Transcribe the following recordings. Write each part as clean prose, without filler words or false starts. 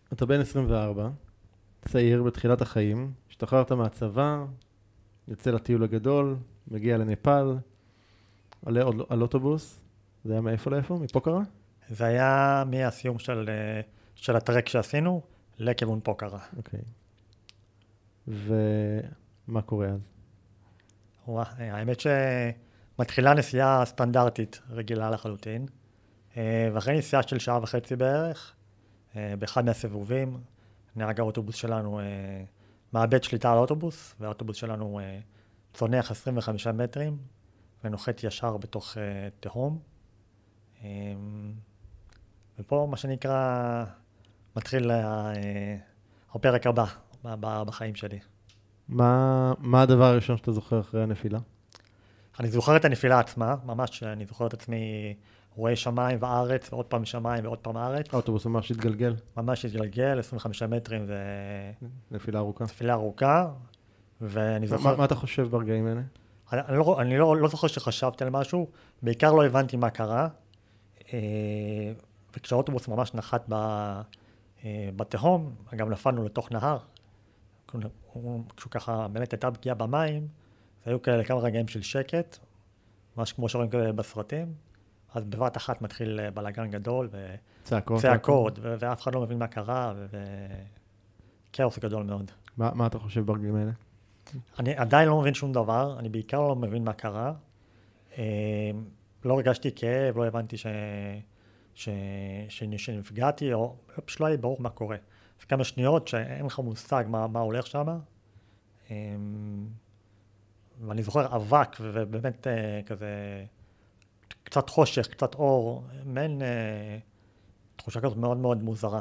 אתה בן 24, צעיר בתחילת החיים, השתחררת מהצבא, יוצא לטיול הגדול, מגיע לנפאל, עולה על אוטובוס, זה היה מאיפה לאיפה? מפוקרה? זה היה מהסיום של הטרק שעשינו לכיוון פוקרה. אוקיי. ומה קורה אז? האמת שמתחילה נסיעה סטנדרטית רגילה לחלוטין, ואחרי נסיעה של 1.5 שעה בערך, באחד מהסיבובים, נהג האוטובוס שלנו מאבד שליטה על האוטובוס, והאוטובוס שלנו צונח 25 מטרים, ונוחת ישר בתוך תהום. ופה מה שנקרא מתחיל הפרק הבא בחיים שלי. מה הדבר הראשון שאתה זוכר אחרי הנפילה? אני זוכר את הנפילה עצמה, ממש אני זוכר את עצמי רואה שמיים וארץ, ועוד פעם שמיים ועוד פעם ארץ. האוטובוס ממש התגלגל? ממש התגלגל, 25 מטרים זה... נפילה ארוכה? נפילה ארוכה, ואני זוכר... מה אתה חושב ברגעים האלה? אני לא זוכר שחשבתי על משהו, בעיקר לא הבנתי מה קרה, וכשהאוטובוס ממש נחת בתהום, גם נפלנו לתוך נהר, כשהוא ככה באמת הייתה פגיעה במים, והיו כאלה כמה רגעים של שקט, ממש כמו שרואים כאלה בסרטים, אז בבת אחת מתחיל בלגן גדול, וצעקות, ואף אחד לא מבין מה קרה, וכאוס גדול מאוד. מה אתה חושב ברגעים האלה? אני עדיין לא מבין שום דבר, אני בעיקר לא מבין מה קרה. לא הרגשתי כאב, לא הבנתי שנפגעתי, או פשוט לא היה ברור מה קורה. זה כמה שניות שאין לך מושג מה הולך שם. ואני זוכר אבק, ובאמת כזה, קצת חושך, קצת אור, מעין תחושה כזאת מאוד מאוד מוזרה.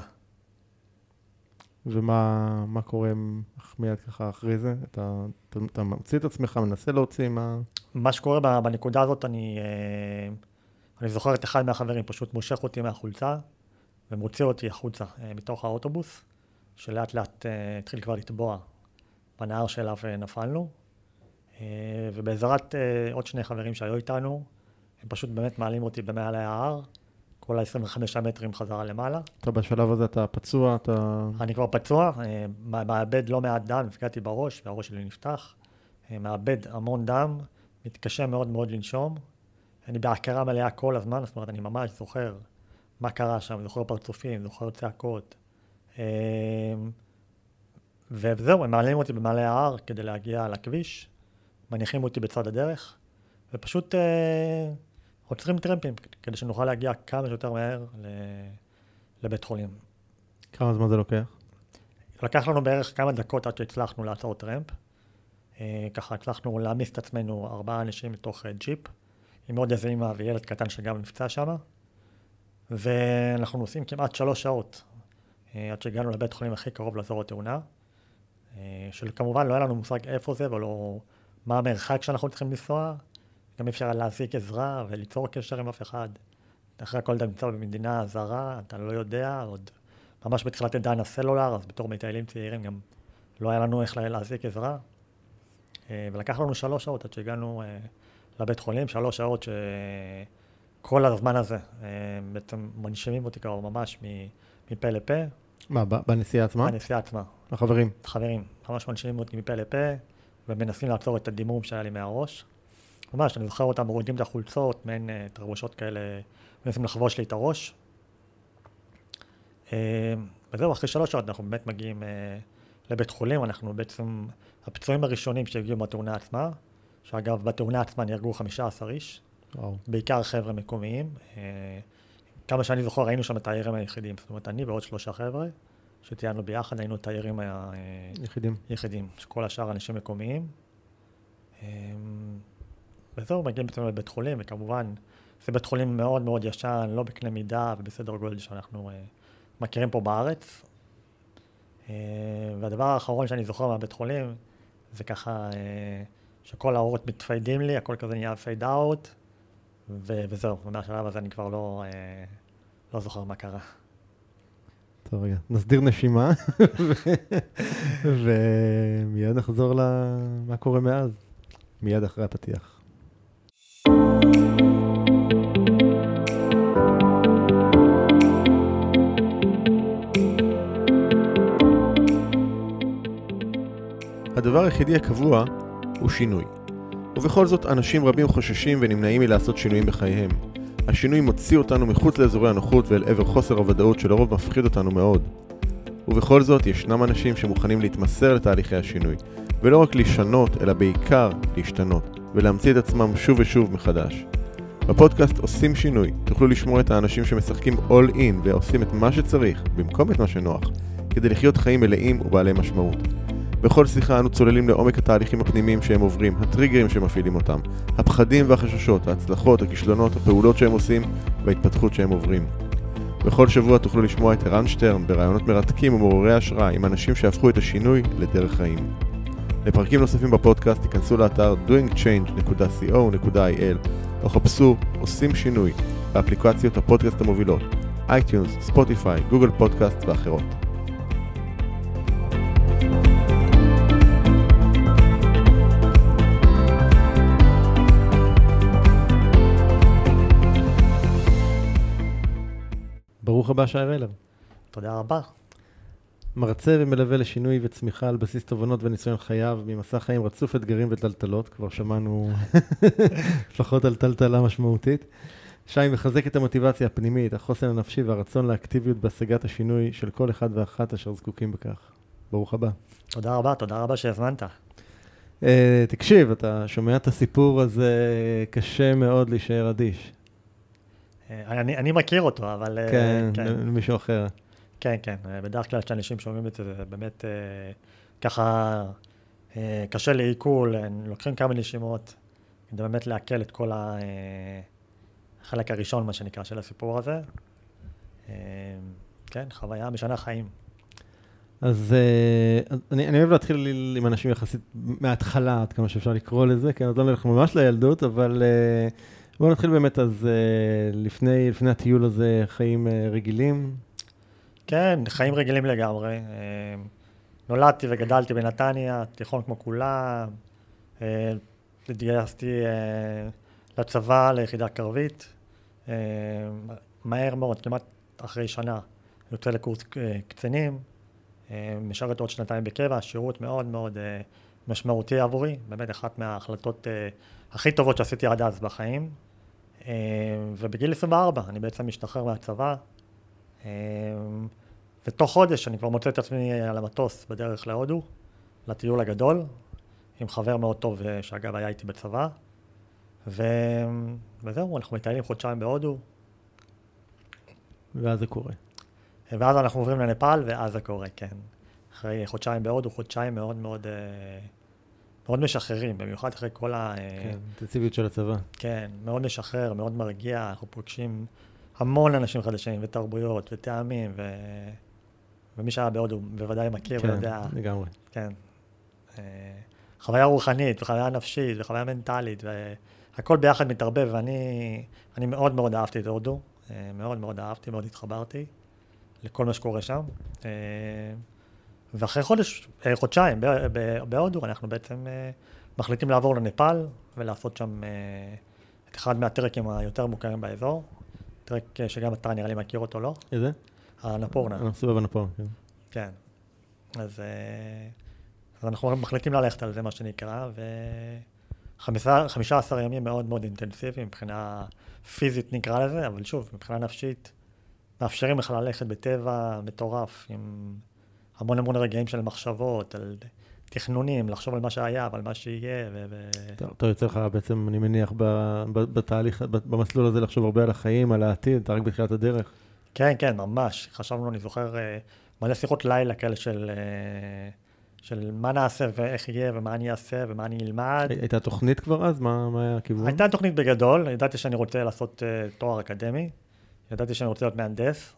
ומה קורה מיד ככה אחרי זה? אתה מוציא את עצמך, מנסה להוציא מה שקורה בנקודה הזאת, אני זוכר את אחד מהחברים, פשוט מושך אותי מהחולצה, ומוציא אותי החוצה מתוך האוטובוס, שלאט לאט התחיל כבר לטבוע בנהר שאליו נפלנו, ובעזרת עוד 2 חברים שהיו איתנו, הם פשוט באמת מעלים אותי במעל ההר, כל ה-25 מטרים חזרה למעלה. אתה בשלב הזה, אתה פצוע, אני כבר פצוע, מאבד לא מעט דם, נפגעתי בראש, והראש שלי נפתח, מאבד המון דם, מתקשה מאוד מאוד לנשום, אני בהכרה מלאה כל הזמן, זאת אומרת, אני ממש זוכר מה קרה שם, זוכר פרצופים, זוכר צעקות, וזהו, הם מעלים אותי במעלה ההר כדי להגיע לכביש, מניחים אותי בצד הדרך, ופשוט עוצרים טרמפים כדי שנוכל להגיע כמה שיותר מהר לבית חולים. כמה זמן זה לוקח? לקח לנו בערך כמה דקות עד שהצלחנו לעצור טרמפ. ככה הצלחנו להעמיס את עצמנו 4 אנשים מתוך ג'יפ, עם עוד איזה אמא וילד קטן שגם נפצע שם, ואנחנו נוסעים כמעט 3 שעות עד שהגענו לבית חולים הכי קרוב לאזור התאונה, שכמובן לא היה לנו מושג איפה זה ולא מה המרחק שאנחנו צריכים לנסוע, גם אפשר להזעיק עזרה וליצור קשר עם אף אחד. אחרי הכל אתה נמצא במדינה זרה, אתה לא יודע, עוד ממש בתחילת עידן הסלולר, אז בתור מטיילים צעירים גם לא היה לנו איך להזעיק עזרה. ולקח לנו 3 שעות עד שהגענו לבית חולים, 3 שעות שכל הזמן הזה בעצם מנשימים אותי כבר ממש מפה לפה. מה, בנסיעה עצמה? בנסיעה עצמה. החברים? חברים, ממש מנשימים אותי מפה לפה, ומנסים לעצור את הדימום שהיה לי מהראש. ממש, אני זוכר אותם מורידים את החולצות, מעין תרבושות כאלה, מנסים לחבוש לי את הראש. וזהו, אחרי 3 שעות אנחנו באמת מגיעים לבית חולים, אנחנו בעצם הפצועים הראשונים שהגיעו בתאונה עצמה, שאגב, בתאונה עצמה נהרגו 15 איש, בעיקר חבר'ה מקומיים. כמה שאני זוכר, היינו שם התיירים היחידים, זאת אומרת, אני ועוד 3 חבר'ה, שטיינו ביחד, היינו תיירים יחידים, שכל השאר אנשים מקומיים. וזהו, מגיעים בעצם לבית חולים, וכמובן, זה בית חולים מאוד מאוד ישן, לא בקנה מידה ובסדר גודל שאנחנו מכירים פה בארץ. והדבר האחרון שאני זוכר מהבית חולים, זה ככה שכל האורות מתפיידים לי, הכל כזה נהיה פייד אאוט, וזהו, ומהשלב הזה אני כבר לא זוכר מה קרה. טוב רגע, נסדיר נשימה, ומיד נחזור למה קורה מאז, מיד אחרי הפתיח. הדבר היחידי הקבוע הוא שינוי. ובכל זאת, אנשים רבים חוששים ונמנעים מלעשות שינויים בחייהם. השינוי מוציא אותנו מחוץ לאזורי הנוחות ואל עבר חוסר הוודאות שלרוב מפחיד אותנו מאוד. ובכל זאת, ישנם אנשים שמוכנים להתמסר לתהליכי השינוי, ולא רק לשנות, אלא בעיקר להשתנות, ולהמציא את עצמם שוב ושוב מחדש. בפודקאסט עושים שינוי, תוכלו לשמוע את האנשים שמשחקים all in ועושים את מה שצריך, במקום את מה שנוח, כדי לחיות חיים מלאים ובעלי משמעות. בכל שיחה אנו צוללים לעומק התהליכים הפנימיים שהם עוברים, הטריגרים שמפעילים אותם, הפחדים והחששות, ההצלחות, הכישלונות, הפעולות שהם עושים וההתפתחות שהם עוברים. בכל שבוע תוכלו לשמוע את ערן שטרן ברעיונות מרתקים ומעוררי השראה עם אנשים שהפכו את השינוי לדרך חיים. לפרקים נוספים בפודקאסט תיכנסו לאתר doingchange.co.il או חפשו עושים שינוי באפליקציות הפודקאסט המובילות, אייטיונס, ספוטיפיי, גוגל פודקאסט ואחרות. ברוך הבא שי רלר. תודה רבה. מרצה ומלווה לשינוי וצמיחה על בסיס תובנות וניסיון חייו, ממסע חיים רצוף אתגרים וטלטלות, כבר שמענו לפחות על טלטלה משמעותית. שי מחזק את המוטיבציה הפנימית, החוסן הנפשי והרצון לאקטיביות בהשגת השינוי של כל אחד ואחת אשר זקוקים בכך. ברוך הבא. תודה רבה שהזמנת. תקשיב, אתה שומע את הסיפור הזה, קשה מאוד להישאר אדיש. אני מכיר אותו, אבל... כן, למישהו אחר. כן, כן. בדרך כלל כשאנשים שומעים את זה, זה באמת ככה קשה לעיכול, לוקחים כמה נשימות, כדי באמת להקל את כל החלק הראשון, מה שנקרא, של הסיפור הזה. כן, חוויה משנה חיים. אז אני אוהב להתחיל עם אנשים יחסית מההתחלה, עד כמה שאפשר לקרוא לזה, כן, אז לא נלך ממש לילדות, אבל בואו נתחיל באמת, אז לפני הטיול הזה, חיים רגילים. כן, חיים רגילים לגמרי. נולדתי וגדלתי בנתניה, תיכון כמו כולם. התגייסתי לצבא, ליחידה קרבית. מהר מאוד, כמעט אחרי שנה, יוצא לקורס קצינים. משרת עוד 2 בקבע, שירות מאוד מאוד משמעותי עבורי. באמת אחת מההחלטות הכי טובות שעשיתי עד אז בחיים. ובגיל 24 אני בעצם משתחרר מהצבא. ותוך חודש אני כבר מוצא את עצמי על המטוס בדרך להודו, לטיול הגדול, עם חבר מאוד טוב שאגב היה איתי בצבא. וזהו, אנחנו מטיילים חודשיים בהודו. ואז זה קורה. ואז אנחנו עוברים לנפאל, ואז זה קורה, כן. אחרי חודשיים בהודו, חודשיים מאוד מאוד, מאוד משחררים, במיוחד אחרי כל כן, אינטנסיביות של הצבא. כן, מאוד משחרר, מאוד מרגיע, אנחנו פוגשים המון אנשים חדשים, ותרבויות, וטעמים, ומי שהיה בהודו בוודאי מכיר ויודע. כן, לגמרי. כן. חוויה רוחנית, וחוויה נפשית, וחוויה מנטלית, והכל ביחד מתערבב, ואני מאוד מאוד אהבתי את הודו, מאוד מאוד אהבתי, מאוד התחברתי לכל מה שקורה שם. ואחרי חודשיים בהודו, אנחנו בעצם מחליטים לעבור לנפאל, ולעשות שם את אחד מהטרקים היותר מוכרים באזור. טרק שגם אתה נראה לי מכיר אותו, לא? איזה? הנפורנה. סובב הנפורנה, כן. כן. אז אנחנו מחליטים ללכת על זה, מה שנקרא, 15 ימים מאוד מאוד אינטנסיביים, מבחינה פיזית נקרא לזה, אבל שוב, מבחינה נפשית, מאפשרים לך ללכת בטבע מטורף, עם המון רגעים של מחשבות, על תכנונים, לחשוב על מה שהיה, ועל מה שיהיה. אתה יוצא לך בעצם, אני מניח, בתהליך, במסלול הזה לחשוב הרבה על החיים, על העתיד, אתה רק בתחילת הדרך. כן, כן, ממש. חשבנו, אני זוכר, מלא שיחות לילה כאלה של מה נעשה ואיך יהיה, ומה אני אעשה, ומה אני אלמד. הייתה תוכנית כבר אז? מה היה הכיוון? הייתה תוכנית בגדול, ידעתי שאני רוצה לעשות תואר אקדמי, ידעתי שאני רוצה להיות מהנדס,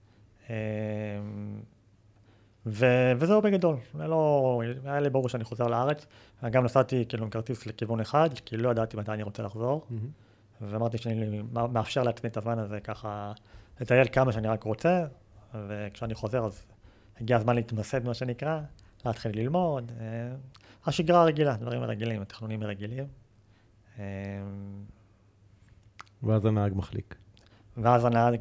וזהו בגדול. היה לי ברור שאני חוזר לארץ. גם נסעתי כאילו עם כרטיס לכיוון אחד, כי לא ידעתי מתי אני רוצה לחזור. ואמרתי שאני מאפשר לעצמי את הזמן הזה ככה, לטייל כמה שאני רק רוצה, וכשאני חוזר אז הגיע הזמן להתמסד, מה שנקרא, להתחיל ללמוד. השגרה הרגילה, דברים הרגילים, התכנונים הרגילים. ואז הנהג מחליק. ואז הנהג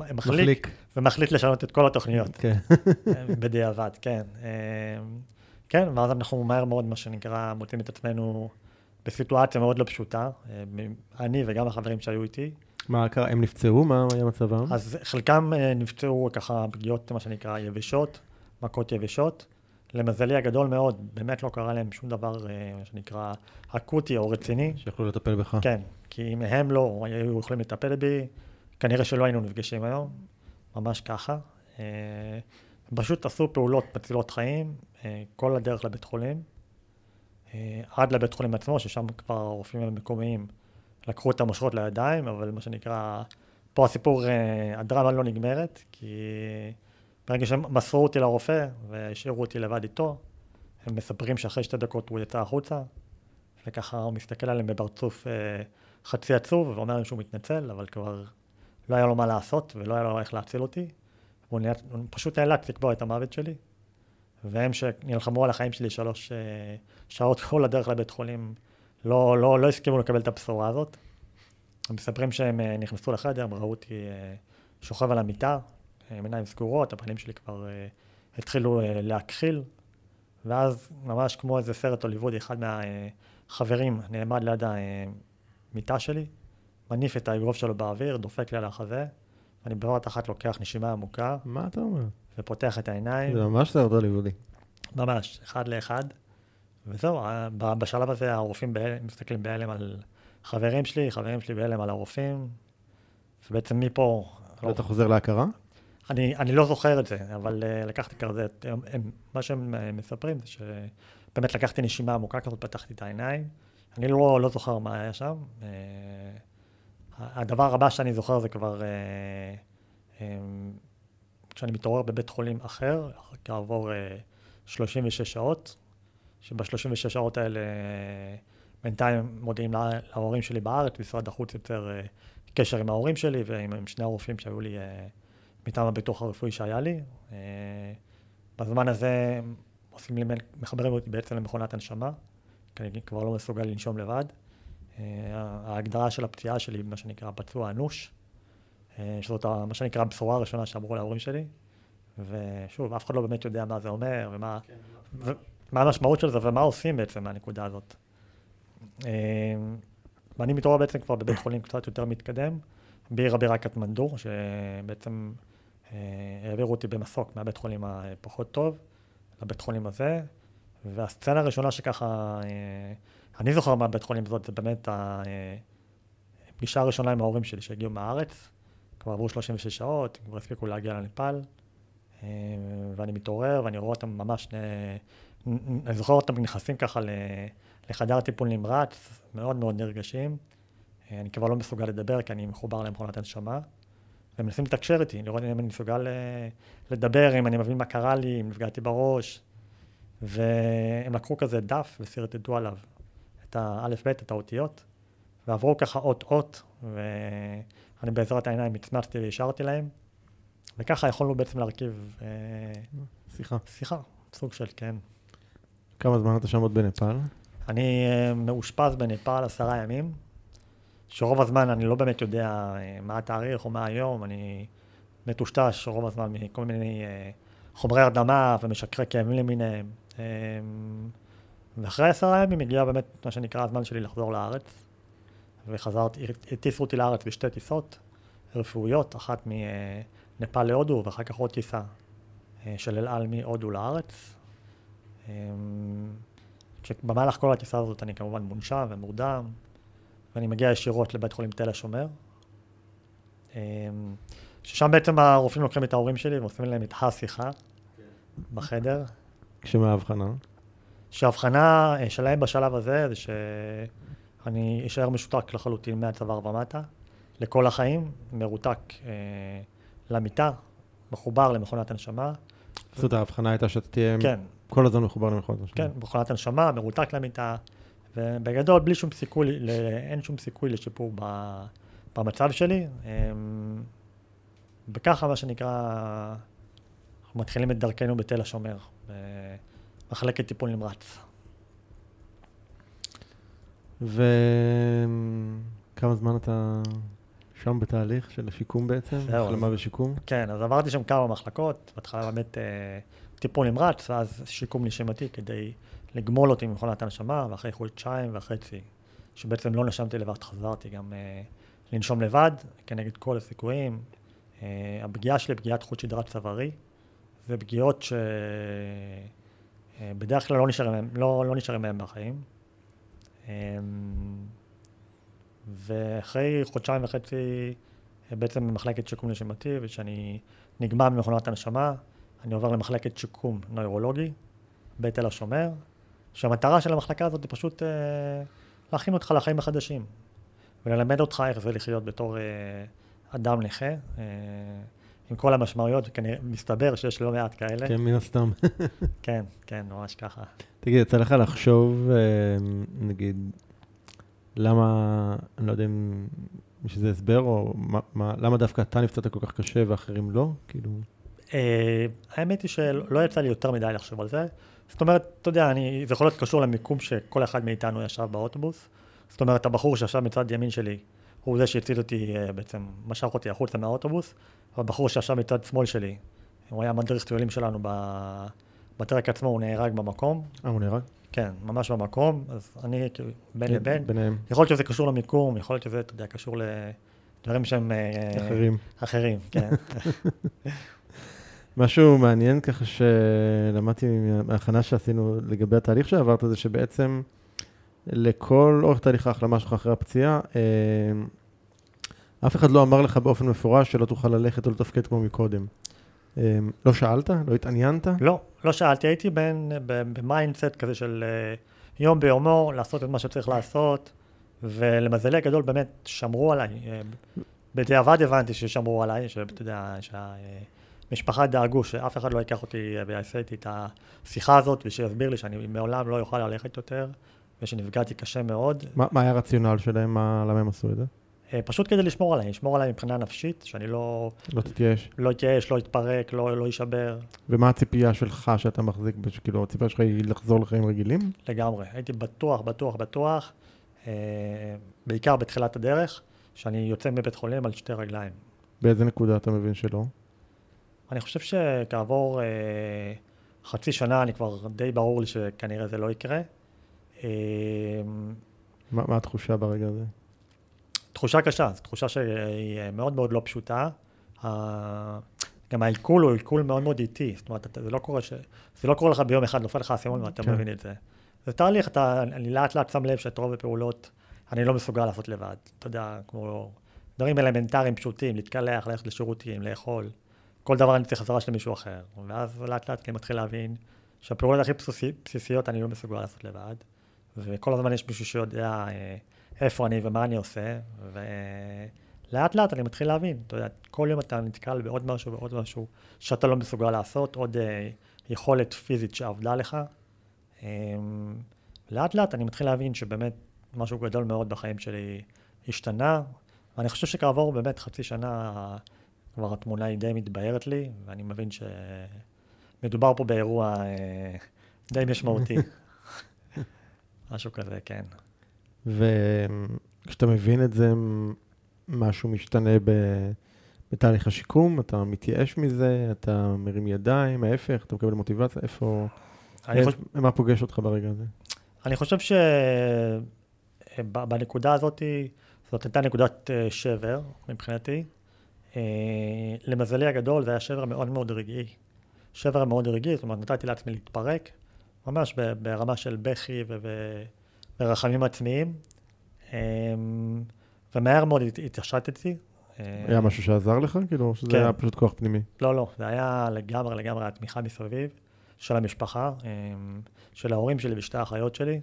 מחליק ומחליט לשנות את כל התוכניות. כן. בדיעבד, כן. כן, ואז אנחנו מהר מאוד, מה שנקרא, מוצאים את עצמנו בסיטואציה מאוד לא פשוטה, אני וגם החברים שהיו איתי. מה קרה? הם נפצעו? מה היה מצבם? אז חלקם נפצעו ככה פגיעות, מה שנקרא, יבשות, מכות יבשות. למזלי הגדול מאוד, באמת לא קרה להם שום דבר, מה שנקרא, אקוטי או רציני. שיכולו לטפל בך. כן, כי אם הם לא היו יכולים לטפל בי, כנראה שלא היינו נפגשים היום, ממש ככה. פשוט עשו פעולות מצילות חיים, כל הדרך לבית חולים, עד לבית חולים עצמו, ששם כבר הרופאים המקומיים לקחו את המושכות לידיים, אבל מה שנקרא, פה הסיפור, הדרמה לא נגמרת, כי ברגע שהם מסרו אותי לרופא והשאירו אותי לבד איתו, הם מספרים שאחרי 2 דקות הוא יצא החוצה, וככה הוא מסתכל עליהם בפרצוף חצי עצוב, ואומר להם שהוא מתנצל, אבל כבר לא היה לו מה לעשות, ולא היה לו איך להציל אותי. הוא פשוט נאלץ לקבוע את המוות שלי, והם שנלחמו על החיים שלי 3 שעות כל הדרך לבית חולים, לא הסכימו לקבל את הבשורה הזאת. הם מספרים שהם נכנסו לחדר, הם ראו אותי שוכב על המיטה, עיניים סגורות, הפנים שלי כבר התחילו להכחיל, ואז ממש כמו איזה סרט הוליוודי, אחד מהחברים נעמד ליד המיטה שלי, מניף את האגרוף שלו באוויר, דופק לי על החזה, ואני בבת אחת לוקח נשימה עמוקה. מה אתה אומר? ופותח את העיניים. זה ממש סרט הוליוודי. ממש, 1 לאחד. וזהו, בשלב הזה הרופאים מסתכלים בהלם על חברים שלי בהלם על הרופאים, ובעצם מפה... אתה חוזר להכרה? אני לא זוכר את זה, אבל לקחתי כזה, מה שהם מספרים זה שבאמת לקחתי נשימה עמוקה כזאת, פתחתי את העיניים, אני לא זוכר מה היה שם. הדבר הבא שאני זוכר זה כבר כשאני מתעורר בבית חולים אחר, כעבור 36 שעות, שב-36 שעות האלה בינתיים מודיעים להורים שלי בארץ, משרד החוץ יוצר קשר עם ההורים שלי ועם 2 הרופאים שהיו לי מטעם הביטוח הרפואי שהיה לי. בזמן הזה מחברים אותי בעצם למכונת הנשמה, כי אני כבר לא מסוגל לנשום לבד. ההגדרה של הפציעה שלי, מה שנקרא פצוע אנוש, שזאת מה שנקרא הבשורה הראשונה שאמרו להורים שלי, ושוב, אף אחד לא באמת יודע מה זה אומר, ומה המשמעות של זה, ומה עושים בעצם מהנקודה הזאת. ואני מתעורר בעצם כבר בבית חולים קצת יותר מתקדם, בעיר הבירה קטמנדו, שבעצם העבירו אותי במסוק מהבית חולים הפחות טוב, לבית חולים הזה, והסצנה הראשונה שככה, אני זוכר מהבית חולים הזאת, זה באמת הפגישה הראשונה עם ההורים שלי שהגיעו מהארץ, כבר עברו 36 שעות, כבר הספיקו להגיע לנפאל, ואני מתעורר ואני רואה אותם ממש, אני זוכר אותם נכנסים ככה לחדר טיפול נמרץ, מאוד מאוד נרגשים. אני כבר לא מסוגל לדבר כי אני מחובר למכונת הנשמה, והם מנסים לתקשר איתי, לראות אם אני מסוגל לדבר, אם אני מבין מה קרה לי, אם נפגעתי בראש, והם לקחו כזה דף וסרטטו עליו את האלף בית, את האותיות, ועברו ככה אות, ואני בעזרת העיניים הצמצתי והשארתי להם, וככה יכולנו בעצם להרכיב שיחה, סוג של כן. כמה זמן אתה שם עוד בנפאל? אני מאושפז בנפאל 10 ימים, שרוב הזמן אני לא באמת יודע מה התאריך או מה היום, אני מטושטש רוב הזמן מכל מיני חומרי הרדמה ומשככי כאבים למיניהם. ואחרי 10 ימים הגיע באמת מה שנקרא הזמן שלי לחזור לארץ, וחזרתי, הטיסו אותי לארץ ב2 טיסות רפואיות, אחת מנפאל להודו ואחר כך עוד טיסה של אל על מהודו לארץ. במהלך כל הטיסה הזאת אני כמובן מונשם ומורדם, ואני מגיע ישירות לבית חולים תל השומר, ששם בעצם הרופאים לוקחים את ההורים שלי ועושים להם את השיחה בחדר. כשמה ההבחנה? שההבחנה שלהם בשלב הזה זה שאני אשאר משותק לחלוטין מהצוואר ומטה, לכל החיים, מרותק למיטה, מחובר למכונת הנשמה. זאת ההבחנה הייתה שאתה תהיה כן. כל הזמן מחובר למכונת הנשמה. כן, מכונת הנשמה, מרותק למיטה, ובגדול בלי שום סיכוי, אין שום סיכוי לשיפור במצב שלי. וככה מה שנקרא, אנחנו מתחילים את דרכנו בתל השומר, במחלקת טיפול נמרץ. וכמה זמן אתה שם בתהליך של השיקום בעצם, החלמה ושיקום. כן, אז עברתי שם כמה מחלקות, בהתחלה באמת טיפול נמרץ, ואז שיקום נשימתי כדי לגמול אותי ממכונת הנשמה, ואחרי חודשיים וחצי, שבעצם לא נשמתי לבד, חזרתי גם לנשום לבד, כנגד כל הסיכויים. הפגיעה שלי, פגיעת חוט שדרת צווארי, זה פגיעות שבדרך כלל לא נשארים מהם בחיים. ואחרי חודשיים וחצי בעצם במחלקת שיקום נשימתי, ושאני נגמע ממכונת הנשמה, אני עובר למחלקת שיקום נוירולוגי בתל השומר, שהמטרה של המחלקה הזאת היא פשוט להכין אותך לחיים החדשים, וללמד אותך איך זה לחיות בתור אדם נכה, עם כל המשמעויות, וכנראה מסתבר שיש לא מעט כאלה. כן, מן הסתם. כן, כן, ממש ככה. תגיד, יצא לך לחשוב, נגיד, למה, אני לא יודע אם יש איזה הסבר, או למה דווקא אתה נפצעת כל כך קשה ואחרים לא? כאילו... האמת היא שלא יצא לי יותר מדי לחשוב על זה. זאת אומרת, אתה יודע, זה יכול להיות קשור למיקום שכל אחד מאיתנו ישב באוטובוס. זאת אומרת, הבחור שישב מצד ימין שלי, הוא זה שהציל אותי, בעצם משך אותי החוצה מהאוטובוס, והבחור שישב מצד שמאל שלי, הוא היה מדריך טיולים שלנו בטרק עצמו, הוא נהרג במקום. הוא נהרג? כן, ממש במקום, אז אני בין לבין. ביניהם. יכול להיות שזה קשור למיקום, יכול להיות שזה, אתה יודע, קשור לדברים שהם... אחרים, כן. משהו מעניין ככה שלמדתי מההכנה שעשינו לגבי התהליך שעברת, זה שבעצם לכל אורך תהליך ההחלמה שלך אחרי הפציעה, אף אחד לא אמר לך באופן מפורש שלא תוכל ללכת או לתפקד כמו מקודם. לא שאלת? לא התעניינת? לא שאלתי, הייתי במיינדסט כזה של יום ביומו, לעשות את מה שצריך לעשות, ולמזלי הגדול באמת שמרו עליי. בדיעבד הבנתי ששמרו עליי, שאתה יודע, שהמשפחה דאגו שאף אחד לא ייקח אותי ויעשה איתי את השיחה הזאת, ושיסביר לי שאני מעולם לא יוכל ללכת יותר, ושנפגעתי קשה מאוד. מה היה הרציונל שלהם? למה הם עשו את זה? פשוט כדי לשמור עליי מבחינה נפשית, שאני לא תתייאש. לא יתייאש, לא יתפרק, לא יישבר. ומה הציפייה שלך שאתה מחזיק, כאילו הציפייה שלך היא לחזור לחיים רגילים? לגמרי, הייתי בטוח, בעיקר בתחילת הדרך, שאני יוצא מבית חולים על שתי רגליים. באיזה נקודה אתה מבין שלא? אני חושב שכעבור חצי שנה, אני כבר די ברור לי שכנראה זה לא יקרה. מה התחושה ברגע הזה? תחושה קשה, זו תחושה שהיא מאוד מאוד לא פשוטה. גם העיכול הוא עיכול מאוד מאוד איטי, זאת אומרת, זה לא קורה לך ביום אחד, נופל לך הסימון ואתה מבין את זה. זה תהליך, אני לאט לאט שם לב שאת רוב הפעולות אני לא מסוגל לעשות לבד. אתה יודע, כמו דברים אלמנטריים פשוטים, להתקלח, ללכת לשירותים, לאכול, כל דבר אני צריך עזרה של מישהו אחר. ואז לאט לאט אני מתחיל להבין שהפעולות הכי בסיסיות אני לא מסוגל לעשות לבד, וכל הזמן יש מישהו שיודע איפה אני ומה אני עושה, ולאט לאט אני מתחיל להבין, אתה יודע, כל יום אתה נתקל בעוד משהו ועוד משהו שאתה לא מסוגל לעשות, עוד יכולת פיזית שעבדה לך. לאט לאט אני מתחיל להבין שבאמת משהו גדול מאוד בחיים שלי השתנה, ואני חושב שכעבור באמת חצי שנה כבר התמונה היא די מתבהרת לי, ואני מבין שמדובר פה באירוע די משמעותי. משהו כזה, כן. וכשאתה מבין את זה, משהו משתנה בתהליך השיקום, אתה מתייאש מזה, אתה מרים ידיים, ההפך, אתה מקבל מוטיבציה, איפה... מה פוגש אותך ברגע הזה? אני חושב שבנקודה הזאת, זאת הייתה נקודת שבר מבחינתי. למזלי הגדול, זה היה שבר מאוד מאוד רגעי. שבר מאוד רגעי, זאת אומרת, נתתי לעצמי להתפרק, ממש ברמה של בכי ורחמים עצמיים, ומהר מאוד התעשתתי. היה משהו שעזר לך? כאילו, שזה היה פשוט כוח פנימי? לא, זה היה לגמרי התמיכה מסביב של המשפחה, של ההורים שלי ושתי האחיות שלי.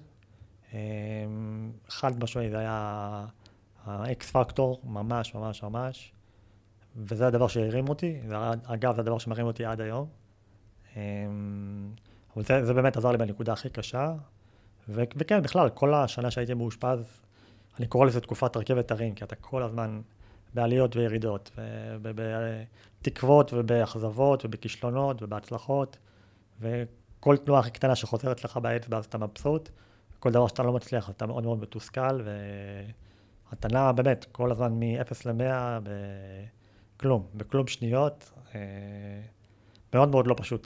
חד משמעי, זה היה האקס פקטור, ממש, וזה הדבר שהרים אותי, אגב, זה הדבר שמרים אותי עד היום. אבל זה באמת עזר לי בנקודה הכי קשה, וכן, בכלל, כל השנה שהייתי מאושפז, אני קורא לזה תקופת רכבת הרים, כי אתה כל הזמן בעליות וירידות, בתקוות ובאכזבות ובכישלונות ובהצלחות, וכל תנועה הכי קטנה שחוזרת לך באצבע, אז אתה מבסוט, כל דבר שאתה לא מצליח, אתה מאוד מאוד מתוסכל, התנה באמת, כל הזמן מ-0 ל-100 בכלום, בכלום שניות. מאוד מאוד לא פשוט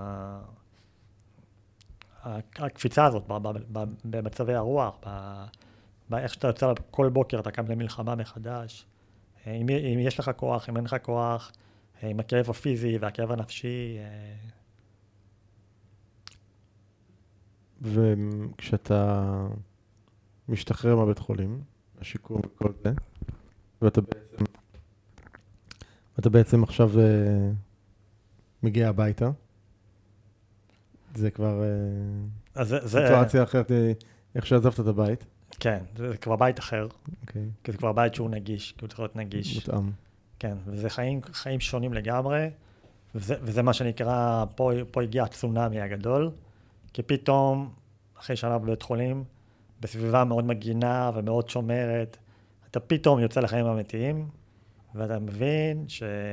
הקפיצה הזאת במצבי הרוח, באיך שאתה יוצא כל בוקר, אתה קם למלחמה מחדש. אם יש לך כוח, אם אין לך כוח, עם הכאב הפיזי והכאב הנפשי. וכשאתה משתחרר מהבית חולים, השיקום וכל זה, ואתה בעצם עכשיו מגיע הביתה, זה כבר סיטואציה אחרת, איך שעזבת את הבית. כן, זה כבר בית אחר, אוקיי. כי זה כבר בית שהוא נגיש, כי הוא צריך להיות נגיש. מותאם. כן, וזה חיים שונים לגמרי, וזה מה שנקרא, פה הגיע הצונאמי הגדול, כי פתאום, אחרי שנה בבית חולים, בסביבה מאוד מגינה ומאוד שומרת, אתה פתאום יוצא לחיים אמיתיים, ואתה מבין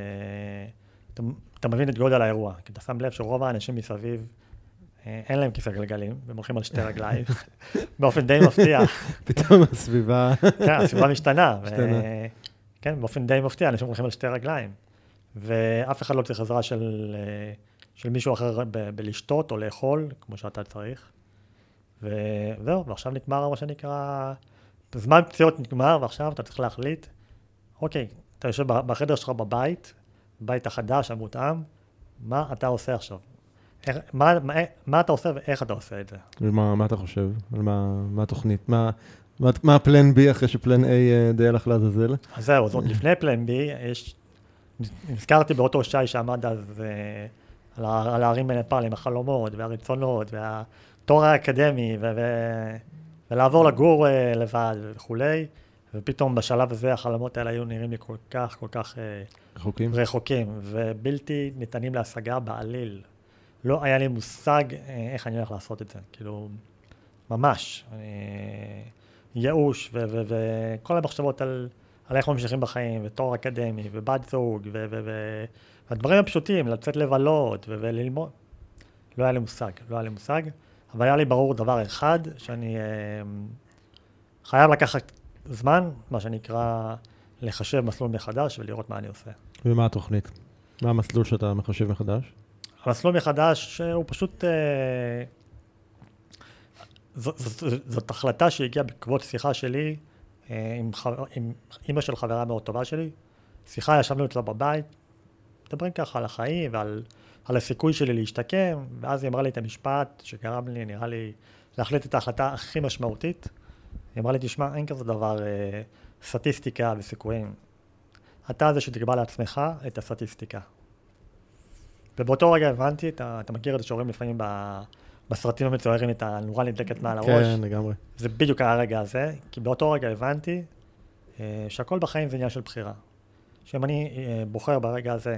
אתה מבין את גודל האירוע, כי אתה שם לב שרוב האנשים מסביב, אין להם כיסא גלגלים, והם הולכים על שתי רגליים, באופן די מפתיע. פתאום הסביבה... כן, הסביבה משתנה. כן, באופן די מפתיע, אנשים הולכים על שתי רגליים. ואף אחד לא צריך עזרה של מישהו אחר בלשתות או לאכול, כמו שאתה צריך. וזהו, ועכשיו נגמר מה שנקרא... זמן פציעות נגמר, ועכשיו אתה צריך להחליט, אוקיי, אתה יושב בחדר שלך בבית, בית החדש, המותאם, מה אתה עושה עכשיו? מה אתה עושה ואיך אתה עושה את זה? מה אתה חושב? מה התוכנית? מה הפלן B אחרי שפלן A די הלך לעזאזל? אז זהו, אז עוד לפני פלן B, נזכרתי באותו שי שעמד אז על הערים בנפאל עם החלומות והרצונות והתואר האקדמי ולעבור לגור לבד וכולי, ופתאום בשלב הזה החלומות האלה היו נראים לי כל כך רחוקים ובלתי ניתנים להשגה בעליל. לא היה לי מושג איך אני הולך לעשות את זה, כאילו, ממש, ייאוש וכל המחשבות על איך ממשיכים בחיים, ותואר אקדמי, ובת זוג, והדברים הפשוטים, לצאת לבלות וללמוד, לא היה לי מושג, אבל היה לי ברור דבר אחד, שאני חייב לקחת זמן, מה שנקרא, לחשב מסלול מחדש ולראות מה אני עושה. ומה התוכנית? מה המסלול שאתה מחשב מחדש? המסלול מחדש הוא פשוט, זאת החלטה שהגיעה בעקבות שיחה שלי עם אמא של חברה מאוד טובה שלי. שיחה, ישבנו אצלה בבית, מדברים ככה על החיים ועל הסיכוי שלי להשתקם, ואז היא אמרה לי את המשפט שגרם לי, נראה לי, להחליט את ההחלטה הכי משמעותית. היא אמרה לי, תשמע, אין כזה דבר סטטיסטיקה וסיכויים. אתה זה שתקבע לעצמך את הסטטיסטיקה. ובאותו רגע הבנתי, אתה מכיר את זה שאומרים לפעמים בסרטים המצוירים, את הנורה נדלקת מעל הראש. כן, לגמרי. זה בדיוק הרגע הזה, כי באותו רגע הבנתי שהכל בחיים זה עניין של בחירה. שאם אני בוחר ברגע הזה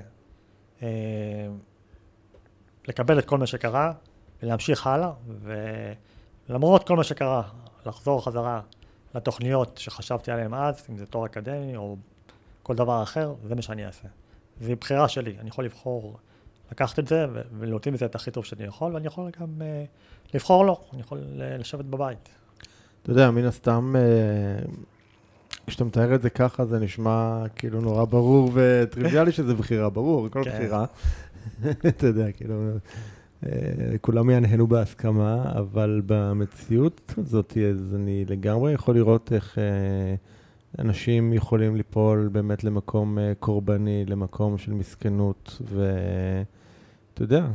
לקבל את כל מה שקרה ולהמשיך הלאה, ולמרות כל מה שקרה, לחזור חזרה לתוכניות שחשבתי עליהן אז, אם זה תואר אקדמי או כל דבר אחר, זה מה שאני אעשה. זו בחירה שלי, אני יכול לבחור לקחת את זה ולהוציא מזה את הכי טוב שאני יכול, ואני יכול גם לבחור לא, אני יכול לשבת בבית. אתה יודע, מן הסתם, כשאתה מתאר את זה ככה, זה נשמע כאילו נורא ברור וטריוויאלי שזה בחירה, ברור, כל בחירה. אתה יודע, כאילו, כולם ינהנו בהסכמה, אבל במציאות הזאת, אז אני לגמרי יכול לראות איך אנשים יכולים ליפול באמת למקום קורבני, למקום של מסכנות, ואתה יודע,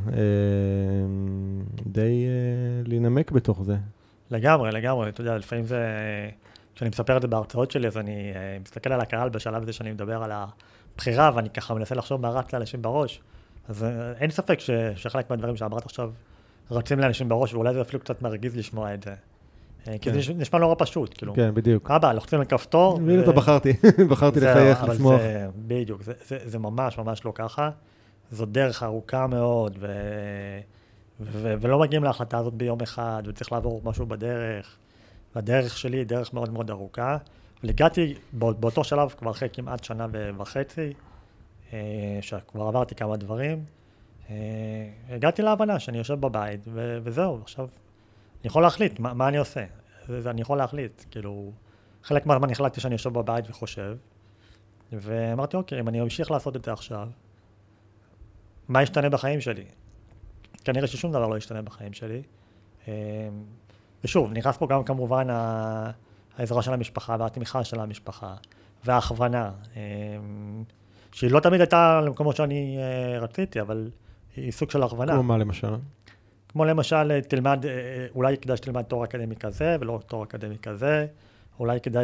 די להינמק בתוך זה. לגמרי, אתה יודע, לפעמים זה, כשאני מספר את זה בהרצאות שלי, אז אני מסתכל על הקהל בשלב הזה שאני מדבר על הבחירה, ואני ככה מנסה לחשוב מה רץ לאנשים בראש. אז אין ספק שחלק מהדברים שאמרת עכשיו רצים לאנשים בראש, ואולי זה אפילו קצת מרגיז לשמוע את זה. כי זה נשמע נורא פשוט, כאילו. כן, בדיוק. אבא, לוחצים לכפתור. והנה אתה בחרתי לחייך, לשמוח. בדיוק, זה ממש לא ככה. זו דרך ארוכה מאוד, ולא מגיעים להחלטה הזאת ביום אחד, וצריך לעבור משהו בדרך. והדרך שלי היא דרך מאוד מאוד ארוכה. אבל הגעתי באותו שלב כבר אחרי כמעט שנה וחצי, שכבר עברתי כמה דברים, הגעתי להבנה שאני יושב בבית, וזהו, עכשיו אני יכול להחליט מה אני עושה. אני יכול להחליט, כאילו, חלק מהזמן החלטתי שאני יושב בבית וחושב, ואמרתי, אוקיי, אם אני אמשיך לעשות את זה עכשיו, מה ישתנה בחיים שלי? כנראה ששום דבר לא ישתנה בחיים שלי. ושוב, נכנס פה גם כמובן העזרה של המשפחה והתמיכה של המשפחה, וההכוונה, שהיא לא תמיד הייתה למקומות שאני רציתי, אבל היא סוג של הכוונה. כמו מה למשל? כמו למשל, תלמד, אולי כדאי שתלמד תואר אקדמי כזה, ולא תואר אקדמי כזה, אולי כדאי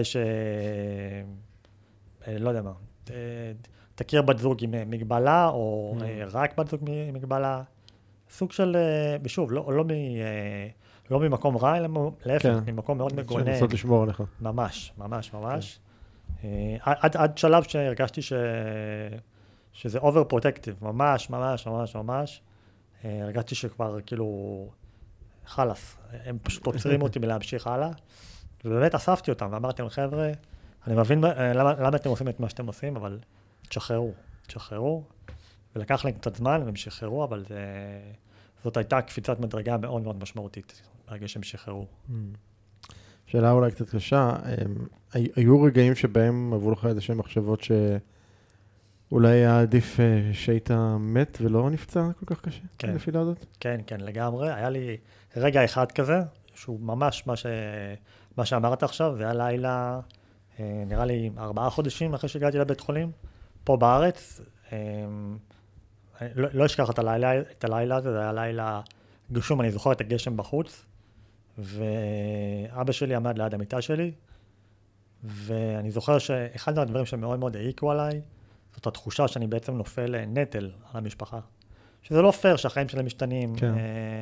לא יודע מה, תכיר בת זוג עם מגבלה, או רק בת זוג עם מגבלה. סוג של, ושוב, לא ממקום רע, אלא להפך, ממקום מאוד מגונן. לנסות לשמור עליך. ממש, ממש, ממש. עד שלב שהרגשתי שזה overprotective, ממש, ממש, ממש, ממש. הרגשתי שכבר כאילו, חלס, הם פשוט עוצרים אותי מלהמשיך הלאה. ובאמת אספתי אותם, ואמרתי להם, חבר'ה, אני מבין למה אתם עושים את מה שאתם עושים, אבל תשחררו. ולקח להם קצת זמן, והם שחררו, אבל זאת הייתה קפיצת מדרגה מאוד מאוד משמעותית, ברגע שהם שחררו. שאלה אולי קצת קשה, היו רגעים שבהם עברו לך איזה שהם מחשבות שאולי היה עדיף שהיית מת ולא נפצע כל כך קשה? כן. הנפילה הזאת? כן, לגמרי. היה לי רגע אחד כזה, שהוא ממש מה שאמרת עכשיו, זה היה לילה, נראה לי 4 חודשים אחרי שהגעתי לבית חולים, פה בארץ. לא אשכח את הלילה הזה, זה היה לילה גשום, אני זוכר את הגשם בחוץ, ואבא שלי עמד ליד המיטה שלי, ואני זוכר שאחד מהדברים שמאוד מאוד העיקו עליי, זאת התחושה שאני בעצם נופל נטל על המשפחה. שזה לא פייר שהחיים שלהם משתנים, כן.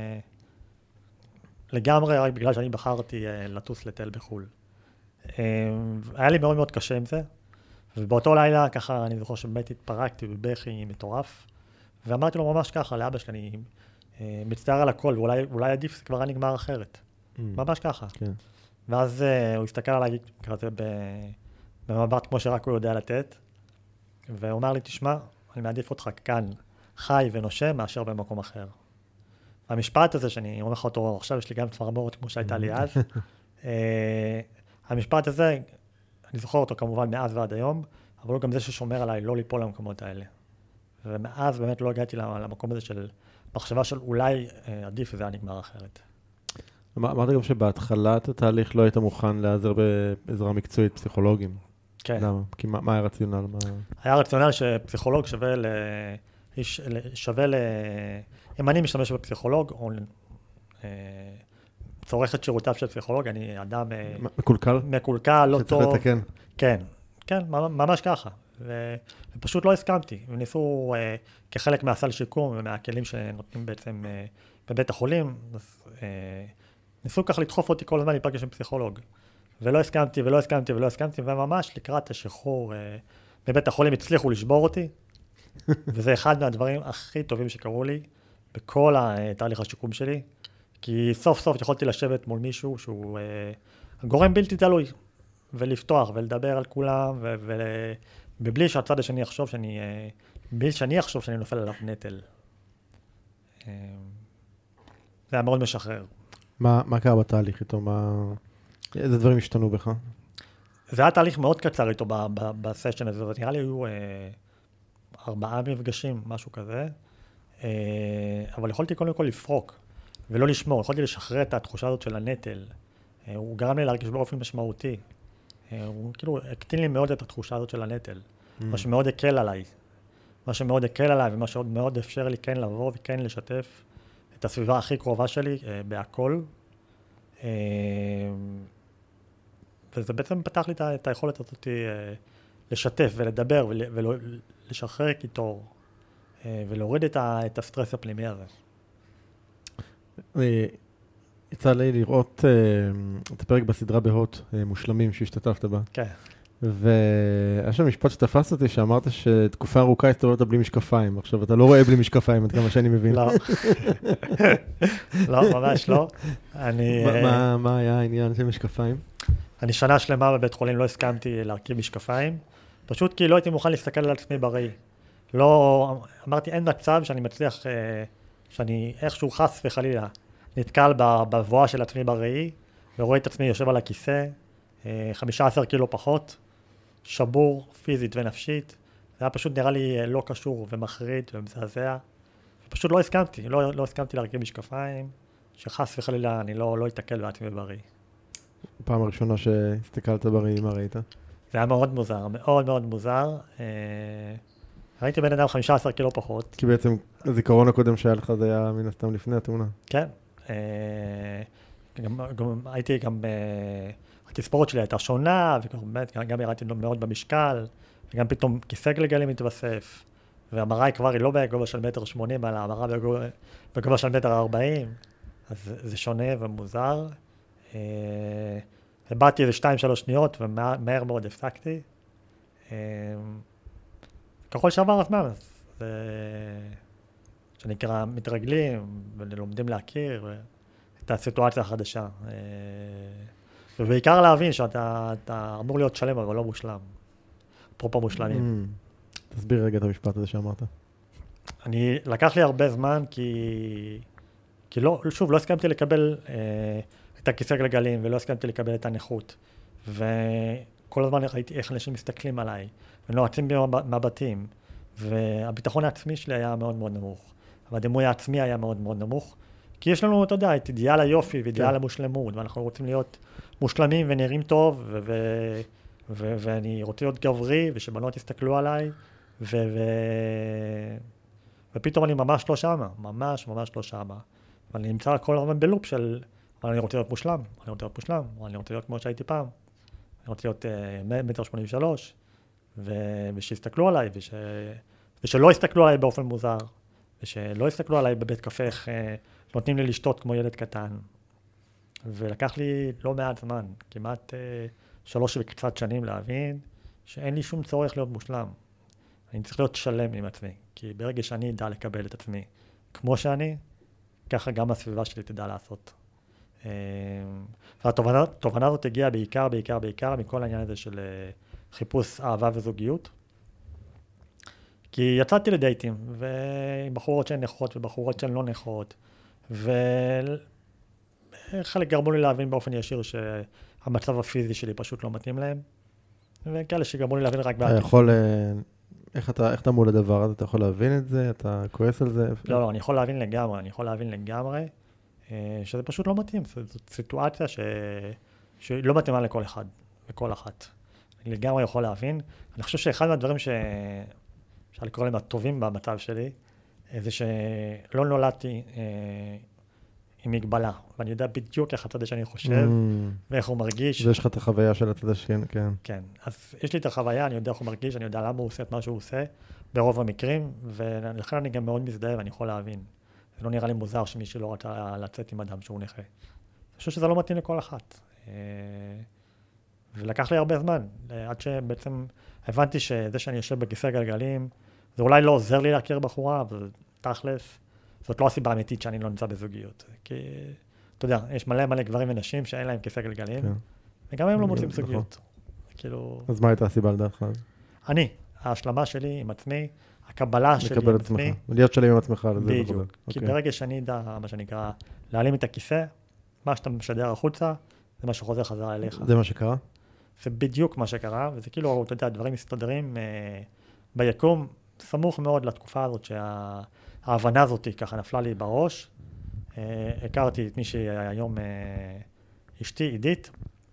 לגמרי רק בגלל שאני בחרתי לטוס לטייל בחול. היה לי מאוד מאוד קשה עם זה, ובאותו לילה ככה אני זוכר שבאמת התפרקתי בבכי מטורף, ואמרתי לו ממש ככה לאבא שלי, אני מצטער על הכל, ואולי עדיף זה כבר היה נגמר אחרת. ממש ככה. כן. ואז הוא הסתכל עליי כזה במבט כמו שרק הוא יודע לתת, והוא אמר לי, תשמע, אני מעדיף אותך כאן, חי ונושם, מאשר במקום אחר. המשפט הזה שאני אומר לך אותו, עכשיו יש לי גם צמרמורת כמו שהייתה לי אז, המשפט הזה, אני זוכר אותו כמובן מאז ועד היום, אבל הוא גם זה ששומר עליי לא ליפול למקומות האלה. ומאז באמת לא הגעתי למקום הזה של מחשבה של אולי עדיף וזה היה נגמר אחרת. אמרת גם שבהתחלת התהליך לא היית מוכן להיעזר בעזרה מקצועית פסיכולוגים. כן. למה? כי מה היה הרציונל? היה רציונל שפסיכולוג שווה אם אני משתמש בפסיכולוג, או צורך את שירותיו של פסיכולוג, אני אדם מקולקל, לא טוב. שצריך לתקן. כן, ממש ככה. ופשוט לא הסכמתי. וניסו כחלק מהסל שיקום ומהכלים שנותנים בעצם בבית החולים, ניסו כך לדחוף אותי כל הזמן להיפגש עם פסיכולוג. ולא הסכמתי, וממש לקראת השחרור בבית החולים הצליחו לשבור אותי, וזה אחד מהדברים הכי טובים שקרו לי בכל התהליך השיקום שלי, כי סוף סוף יכולתי לשבת מול מישהו שהוא גורם בלתי תלוי, ולפתוח ולדבר על כולם, ובלי שהצד השני יחשוב שאני נופל עליו נטל. זה היה מאוד משחרר. מה קרה בתהליך איתו? איזה דברים השתנו בך? זה היה תהליך מאוד קצר איתו בסשן הזה, נראה לי היו 4 מפגשים, משהו כזה, אבל יכולתי קודם כל לפרוק ולא לשמור, יכולתי לשחרר את התחושה הזאת של הנטל. הוא גרם לי להרגיש באופן משמעותי. הוא כאילו הקטין לי מאוד את התחושה הזאת של הנטל, מה שמאוד הקל עליי. ומה שמאוד אפשר לי כן לבוא וכן לשתף את הסביבה הכי קרובה שלי בהכל. וזה בעצם פתח לי את היכולת הזאת לשתף ולדבר ולשחרר קיטור ולהוריד את הסטרס הפנימי הזה. יצא לי לראות את הפרק בסדרה בהוט, מושלמים שהשתתפת בה. כן. והיה שם משפט שתפס אותי שאמרת שתקופה ארוכה הסתובבת בלי משקפיים. עכשיו אתה לא רואה בלי משקפיים, עד כמה שאני מבין. לא. לא, ממש לא. מה היה העניין של משקפיים? אני שנה שלמה בבית חולים לא הסכמתי להרכיב משקפיים, פשוט כי לא הייתי מוכן להסתכל על עצמי בראי. לא, אמרתי אין מצב שאני מצליח, שאני איכשהו חס וחלילה נתקל בבואה של עצמי בראי, ורואה את עצמי יושב על הכיסא, 15 קילו פחות, שבור פיזית ונפשית. זה היה פשוט נראה לי לא קשור ומחריד ומזעזע. פשוט לא הסכמתי, לא הסכמתי להרכיב משקפיים, שחס וחלילה אני לא אתקל בעצמי בריא. פעם הראשונה שהסתכלת בריא, מה ראית? זה היה מאוד מוזר, מאוד מאוד מוזר. ראיתי בן אדם 15 קילו פחות. כי בעצם הזיכרון הקודם שהיה לך זה היה מן הסתם לפני התאונה. כן. התספורת שלי הייתה שונה, וגם ירדתי מאוד במשקל, וגם פתאום כיסא גלגלים מתווסף, והמראה כבר היא לא בגובה של 1.80 מטר, אלא המראה בגובה של 1.40 מטר, אז זה שונה ומוזר. הבאתי איזה 2-3 שניות, ומהר מאוד הפסקתי. ככל שעבר הזמן, אז שנקרא מתרגלים, ולומדים להכיר את הסיטואציה החדשה. ובעיקר להבין שאתה אמור להיות שלם, אבל לא מושלם. אפרופו מושלמים. תסביר רגע את המשפט הזה שאמרת. לקח לי הרבה זמן, כי שוב, לא הסכמתי לקבל את הכיסא גלגלים, ולא הסכמתי לקבל את הנכות. וכל הזמן ראיתי איך אנשים מסתכלים עליי, ונועצים במבטים, והביטחון העצמי שלי היה מאוד מאוד נמוך. והדימוי העצמי היה מאוד מאוד נמוך. כי יש לנו, אתה יודע, את אידיאל היופי ואידיאל המושלמות, ואנחנו רוצים להיות מושלמים ונראים טוב, ואני רוצה להיות גברי, ושבנות יסתכלו עליי, ופתאום אני ממש לא שמה, ממש לא שמה. ואני נמצא כל הזמן בלופ של, אני רוצה להיות מושלם, אני רוצה להיות כמו שהייתי פעם, אני רוצה להיות 1.83 מטר, ושיסתכלו עליי, ושלא יסתכלו עליי באופן מוזר, ושלא יסתכלו עליי בבית קפה, נותנים לי לשתות כמו ילד קטן. ולקח לי לא מעט זמן, כמעט 3 וקצת שנים להבין שאין לי שום צורך להיות מושלם. אני צריך להיות שלם עם עצמי, כי ברגע שאני אדע לקבל את עצמי כמו שאני, ככה גם הסביבה שלי תדע לעשות. והתובנה הזאת הגיעה בעיקר מכל העניין הזה של חיפוש אהבה וזוגיות. כי יצאתי לדייטים, ועם בחורות שהן נכות ובחורות שהן לא נכות, וחלק גרמו לי להבין באופן ישיר שהמצב הפיזי שלי פשוט לא מתאים להם, וכאלה שגרמו לי להבין רק בעתיד. איך אתה מול הדבר הזה? אתה יכול להבין את זה? אתה כועס על זה? לא, אני יכול להבין לגמרי, שזה פשוט לא מתאים. זאת סיטואציה שהיא לא מתאימה לכל אחד, לכל אחת. אני לגמרי יכול להבין. אני חושב שאחד מהדברים אפשר לקרוא להם הטובים במצב שלי, זה שלא נולדתי עם מגבלה, ואני יודע בדיוק איך הצד שאני חושב, ואיך הוא מרגיש. ויש לך את החוויה של הצד השני, כן. כן, אז יש לי את החוויה, אני יודע איך הוא מרגיש, אני יודע למה הוא עושה את מה שהוא עושה, ברוב המקרים, ולכן אני גם מאוד מזדהה ואני יכול להבין. זה לא נראה לי מוזר שמישהו לא רוצה לצאת עם אדם שהוא נכה. אני חושב שזה לא מתאים לכל אחת. ולקח לי הרבה זמן, עד שבעצם הבנתי שזה שאני יושב בכיסא גלגלים, זה אולי לא עוזר לי להכיר בחורה, אבל תכלס, זאת לא הסיבה האמיתית שאני לא נמצא בזוגיות. כי, אתה יודע, יש מלא גברים ונשים שאין להם כיסא גלגלים, וגם הם לא מוצאים זוגיות. אז מה הייתה הסיבה לדעתך? ההשלמה שלי עם עצמי, הקבלה שלי עם עצמי. להיות שלם עם עצמך. בדיוק. כי ברגע שאני אדע, מה שנקרא, להעלים את הכיסא, מה שאתה משדר החוצה, זה מה שחוזר חזרה אליך. זה מה שקרה? זה בדיוק מה שקרה, וזה כאילו, אתה יודע, דברים מסתדרים ביקום, סמוך מאוד לתקופה הזאת שההבנה הזאת ככה נפלה לי בראש. הכרתי את מי שהיום אשתי, עידית,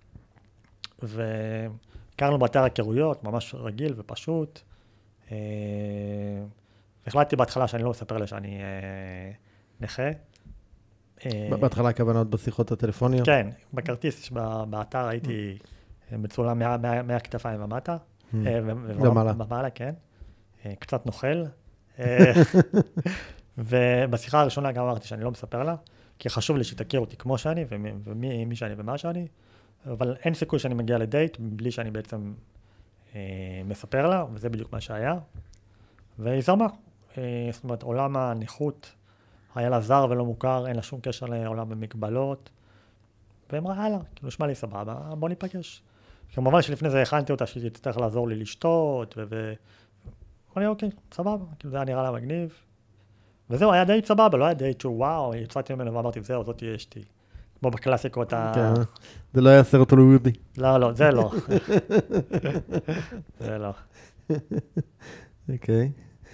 והכרנו באתר היכרויות, ממש רגיל ופשוט. החלטתי בהתחלה שאני לא מספר לה שאני נכה. בהתחלה הכוונות בשיחות הטלפוניות? כן, בכרטיס באתר הייתי מצולם מהכתפיים ומטה. במעלה, כן. קצת נוכל. ובשיחה הראשונה גם אמרתי שאני לא מספר לה, כי חשוב לי שתכיר אותי כמו שאני, ומי שאני ומה שאני, אבל אין סיכוי שאני מגיע לדייט בלי שאני בעצם מספר לה, וזה בדיוק מה שהיה. והיא זרמה. זאת אומרת, עולם הנכות היה לה זר ולא מוכר, אין לה שום קשר לעולם המגבלות, ואמרה, הלאה, כאילו שמע לי סבבה, בוא ניפגש. כמובן שלפני זה הכנתי אותה שהיא תצטרך לעזור לי לשתות, אמרתי, אוקיי, סבבה, כאילו זה היה נראה לה מגניב. וזהו, היה דייט סבבה, לא היה דייט שהוא וואו, יצאתי ממנו ואמרתי, זהו, זאת תהיה אשתי. כמו בקלאסיקות כן, זה לא היה סרט הוליוודי. לא, זה לא. זה לא. אוקיי.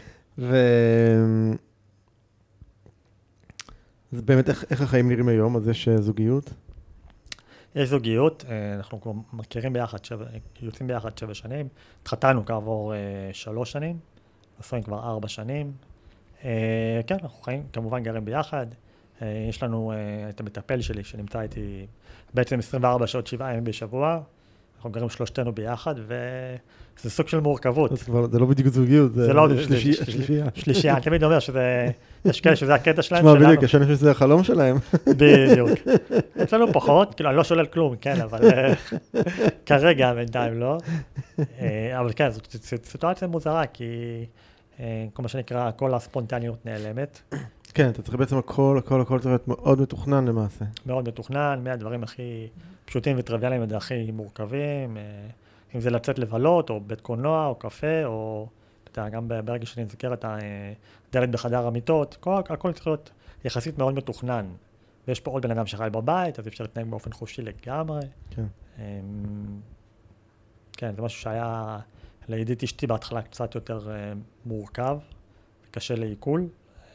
אז באמת, איך החיים נראים היום? אז יש זוגיות? יש זוגיות, אנחנו כבר מכירים ביחד, יוצאים ביחד 7 שנים, התחתנו כעבור 3 שנים, עשויים כבר 4 שנים. כן, אנחנו חיים, כמובן גרים ביחד. יש לנו את המטפל שלי שנמצא איתי בעצם 24 שעות 7 ימים בשבוע. אנחנו גרים שלושתנו ביחד, וזה סוג של מורכבות. זה לא בדיוק זוגיות, זה שלישייה. שלישייה, אני תמיד אומר יש כאלה שזה הקטע שלהם שלנו. תשמע, בדיוק, יש אנשים שזה החלום שלהם. בדיוק. אצלנו פחות, כאילו, אני לא שולל כלום, כן, אבל כרגע בינתיים לא. אבל כן, זו סיטואציה מוזרה, כי כל מה שנקרא, כל הספונטניות נעלמת. כן, אתה צריך בעצם הכל צריך להיות מאוד מתוכנן למעשה. מאוד מתוכנן, מהדברים הכי פשוטים וטריוויאליים עד הכי מורכבים, אם זה לצאת לבלות, או בית קולנוע, או קפה, או גם ברגע שאני נזכר את הדלת בחדר המיטות, הכל צריך להיות יחסית מאוד מתוכנן. ויש פה עוד בן אדם שחי בבית, אז אפשר להתנהג באופן חופשי לגמרי. כן. כן, זה משהו שהיה לידיד אשתי בהתחלה קצת יותר מורכב, קשה לעיכול.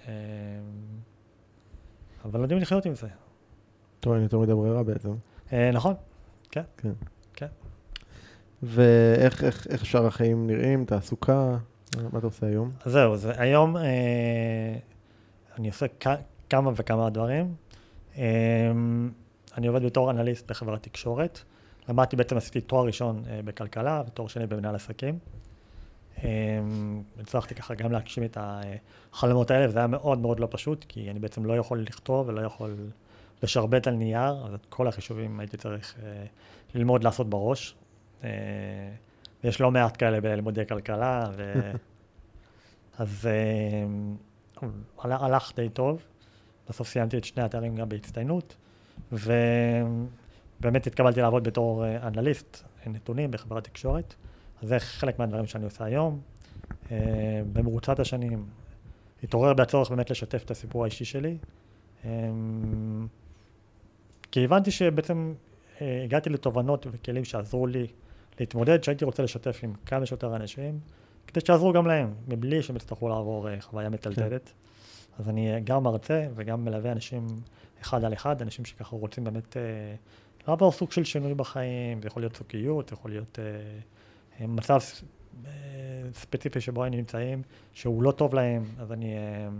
אבל יודעים לחיות עם זה. טוב, אני יותר מדי ברירה בעצם. נכון, כן. כן. ואיך שאר החיים נראים? תעסוקה? מה אתה עושה היום? זהו, היום אני עושה כמה וכמה דברים. אני עובד בתור אנליסט בחברת תקשורת. למדתי בעצם, עשיתי תואר ראשון בכלכלה ותואר שני במנהל עסקים. הצלחתי ככה גם להגשים את החלומות האלה, וזה היה מאוד מאוד לא פשוט, כי אני בעצם לא יכול לכתוב ולא יכול לשרבט על נייר, אז את כל החישובים הייתי צריך ללמוד לעשות בראש. ויש לא מעט כאלה בלימודי כלכלה, אז הלך די טוב. בסוף סיימתי את 2 התארים גם בהצטיינות, ובאמת התקבלתי לעבוד בתור אנליסט נתונים בחברת תקשורת. אז זה חלק מהדברים שאני עושה היום. במרוצת השנים התעורר בהצורך באמת לשתף את הסיפור האישי שלי. כי הבנתי שבעצם הגעתי לתובנות וכלים שעזרו לי להתמודד, שהייתי רוצה לשתף עם כמה שיותר אנשים, כדי שעזרו גם להם, מבלי שהם יצטרכו לעבור חוויה מטלטלת. אז אני גם מרצה וגם מלווה אנשים אחד על אחד, אנשים שככה רוצים באמת לעבור סוג של שינוי בחיים, זה יכול להיות זוגיות, זה יכול להיות מצב ספציפי שבו הם נמצאים, שהוא לא טוב להם, אז אני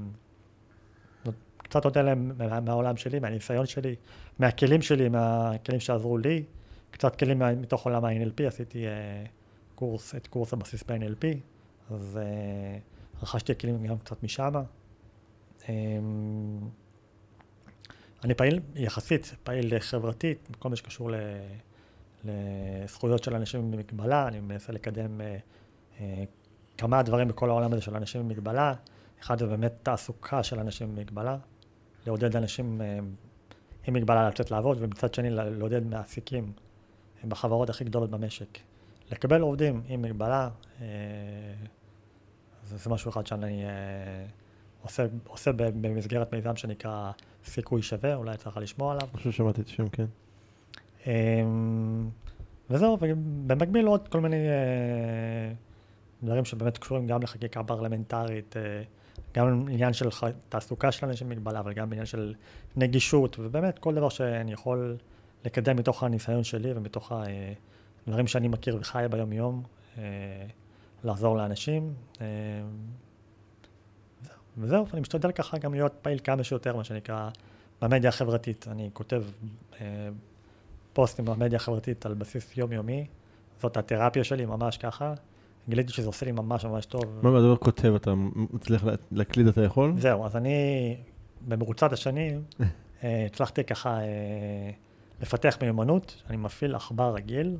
קצת נותן להם מהעולם שלי, מהניסיון שלי, מהכלים שלי, מהכלים שעזרו לי, קצת כלים מתוך עולם ה-NLP, עשיתי את קורס הבסיס ב-NLP, אז רכשתי כלים גם קצת משם. אני יחסית פעיל חברתית, בכל מה שקשור לזכויות של אנשים עם מגבלה, אני מנסה לקדם כמה דברים בכל העולם הזה של אנשים עם מגבלה. אחד זה באמת תעסוקה של אנשים עם מגבלה, לעודד אנשים עם מגבלה לצאת לעבוד, ומצד שני לעודד מעסיקים בחברות הכי גדולות במשק. לקבל עובדים עם מגבלה, זה משהו אחד שאני עושה במסגרת מיזם שנקרא סיכוי שווה, אולי צריך לשמוע עליו. אני חושב ששמעתי את השם, כן. וזהו, ובמקביל עוד כל מיני דברים שבאמת קשורים גם לחקיקה פרלמנטרית, גם עניין של תעסוקה של אנשים מגבלה, אבל גם עניין של נגישות, ובאמת כל דבר שאני יכול לקדם מתוך הניסיון שלי ומתוך הדברים שאני מכיר וחי ביום יום, לעזור לאנשים. וזהו, אני משתדל ככה גם להיות פעיל כמה שיותר, מה שנקרא, במדיה החברתית. אני כותב פוסטים במדיה החברתית על בסיס יומיומי, זאת התרפיה שלי, ממש ככה. גיליתי שזה עושה לי ממש ממש טוב. מה אתה כותב? אתה מצליח להקליד, אתה יכול? זהו, אז אני במרוצת השנים הצלחתי ככה לפתח מיומנות, אני מפעיל עכבר רגיל,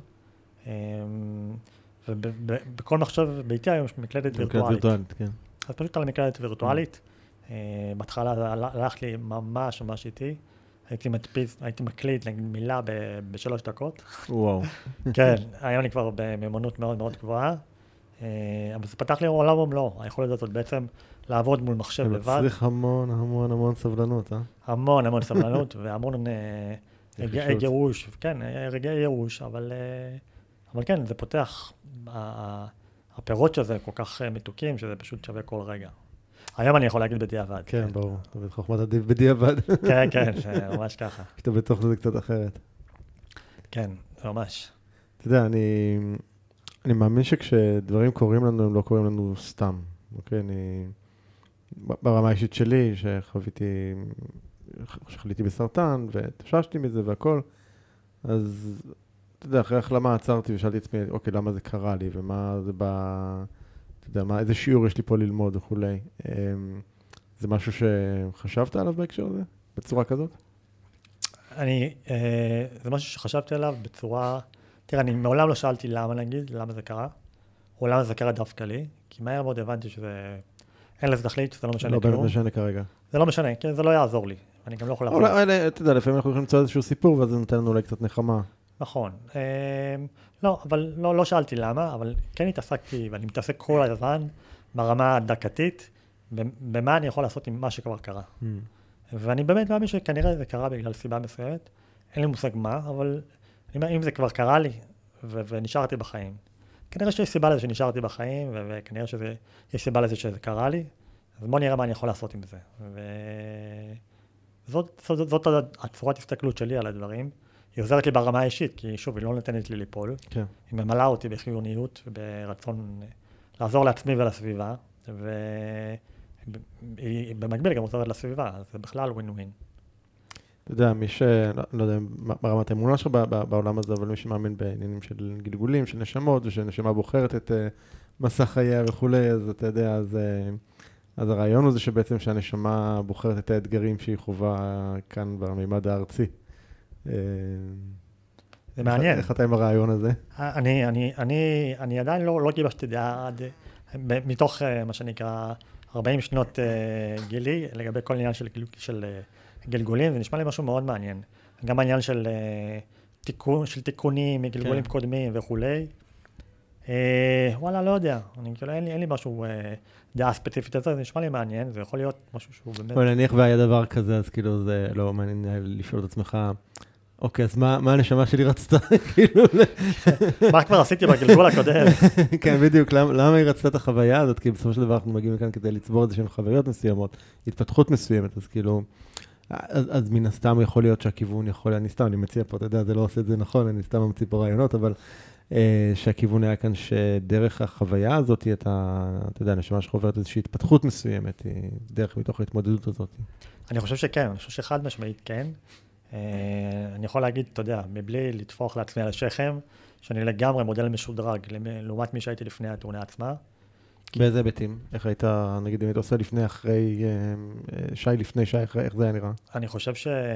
ובכל מחשב ביתי היום יש מקלדת וירטואלית. כן. אז פשוט על מקלדת וירטואלית, בהתחלה הלך לי ממש ממש איטי, הייתי מקליט מילה ב3 דקות. וואו. כן, היום אני כבר במיומנות מאוד מאוד גבוהה, אבל זה פתח לי עולם ומלואו, היכולת הזאת בעצם לעבוד מול מחשב לבד. זה מצריך המון המון המון סבלנות, המון המון סבלנות והמון גירוש, כן, רגעי ייאוש, אבל כן, זה פותח, הפירות של זה כל כך מתוקים, שזה פשוט שווה כל רגע. היום אני יכול להגיד בדיעבד. כן, ברור, אתה בחוכמת עדיף בדיעבד. כן, כן, זה ממש ככה. כשאתה בתוך זה קצת אחרת. כן, ממש. אתה יודע, אני מאמין שכשדברים קורים לנו, הם לא קורים לנו סתם. אוקיי, ברמה האישית שלי, שחליתי בסרטן, ותששתי מזה והכל, אז, אתה יודע, אחרי החלמה עצרתי ושאלתי את עצמי, אוקיי, למה זה קרה לי, ומה זה אתה יודע, איזה שיעור יש לי פה ללמוד וכולי. זה משהו שחשבת עליו בהקשר הזה? בצורה כזאת? זה משהו שחשבתי עליו בצורה... תראה, אני מעולם לא שאלתי למה נגיד, למה זה קרה, או למה זה קרה דווקא לי, כי מהר מאוד הבנתי שזה... אין לזה תכלית, זה לא משנה כלום. לא באמת משנה כרגע. זה לא משנה, כן, זה לא יעזור לי. אני גם לא יכול לעבור. אתה יודע, לפעמים אנחנו יכולים למצוא איזשהו סיפור, ואז זה נותן לנו אולי קצת נחמה. נכון. לא, אבל לא שאלתי למה, אבל כן התעסקתי, ואני מתעסק כל הזמן ברמה הדקתית, במה אני יכול לעשות עם מה שכבר קרה. ואני באמת מאמין שכנראה זה קרה בגלל סיבה מסוימת, אין לי מושג מה, אבל אם זה כבר קרה לי, ונשארתי בחיים, כנראה שיש סיבה לזה שנשארתי בחיים, וכנראה שיש סיבה לזה שזה קרה לי, אז בוא נראה מה אני יכול לעשות עם זה. וזאת הצורת הסתכלות שלי על הדברים. היא עוזרת לי ברמה האישית, כי שוב, היא לא נותנת לי ליפול. כן. היא ממלאה אותי בחיוניות וברצון לעזור לעצמי ולסביבה, והיא במקביל גם עוזרת לסביבה, אז זה בכלל ווין-ווין. אתה יודע, מי לא יודע, ברמת האמונה שלך בעולם הזה, אבל מי שמאמין בעניינים של גלגולים, של נשמות, ושנשמה בוחרת את מסע חייה וכולי, אז אתה יודע, אז הרעיון הוא זה שבעצם שהנשמה בוחרת את האתגרים שהיא חובה כאן בממד הארצי. זה מעניין. איך אתה עם הרעיון הזה? אני עדיין לא גיבשתי דעה מתוך מה שנקרא 40 שנות גילי, לגבי כל עניין של גלגולים, זה נשמע לי משהו מאוד מעניין. גם העניין של תיקונים מגלגולים קודמים וכולי. וואלה, לא יודע. אין לי משהו דעה ספציפית הזה, זה נשמע לי מעניין, זה יכול להיות משהו שהוא באמת... אבל נניח והיה דבר כזה, אז כאילו זה לא מעניין לשאול את עצמך, אוקיי, אז מה הנשמה שלי רצתה? מה כבר עשיתי בגלגול הקודם? כן, בדיוק, למה היא רצתה את החוויה הזאת? כי בסופו של דבר אנחנו מגיעים לכאן כדי לצבור איזשהם חוויות מסוימות, התפתחות מסוימת, אז כאילו... אז מן הסתם יכול להיות שהכיוון יכול... אני מציע פה, אתה יודע, זה לא עושה את זה נכון, אני סתם ממציא פה רעיונות, אבל שהכיוון היה כאן שדרך החוויה הזאת, אתה יודע, הנשמה שלך עוברת איזושהי התפתחות מסוימת, היא דרך מתוך ההתמודדות הזאת. אני חושב שכן, אני חושב שחד משמעית כן. אני יכול להגיד, אתה יודע, מבלי לטפוח לעצמי על השכם, שאני לגמרי מודל משודרג, לעומת מי שהייתי לפני התאונה עצמה. באיזה היבטים? איך היית, נגיד, אם היית עושה לפני, אחרי, שי לפני, שי אחרי, איך זה היה נראה? אני חושב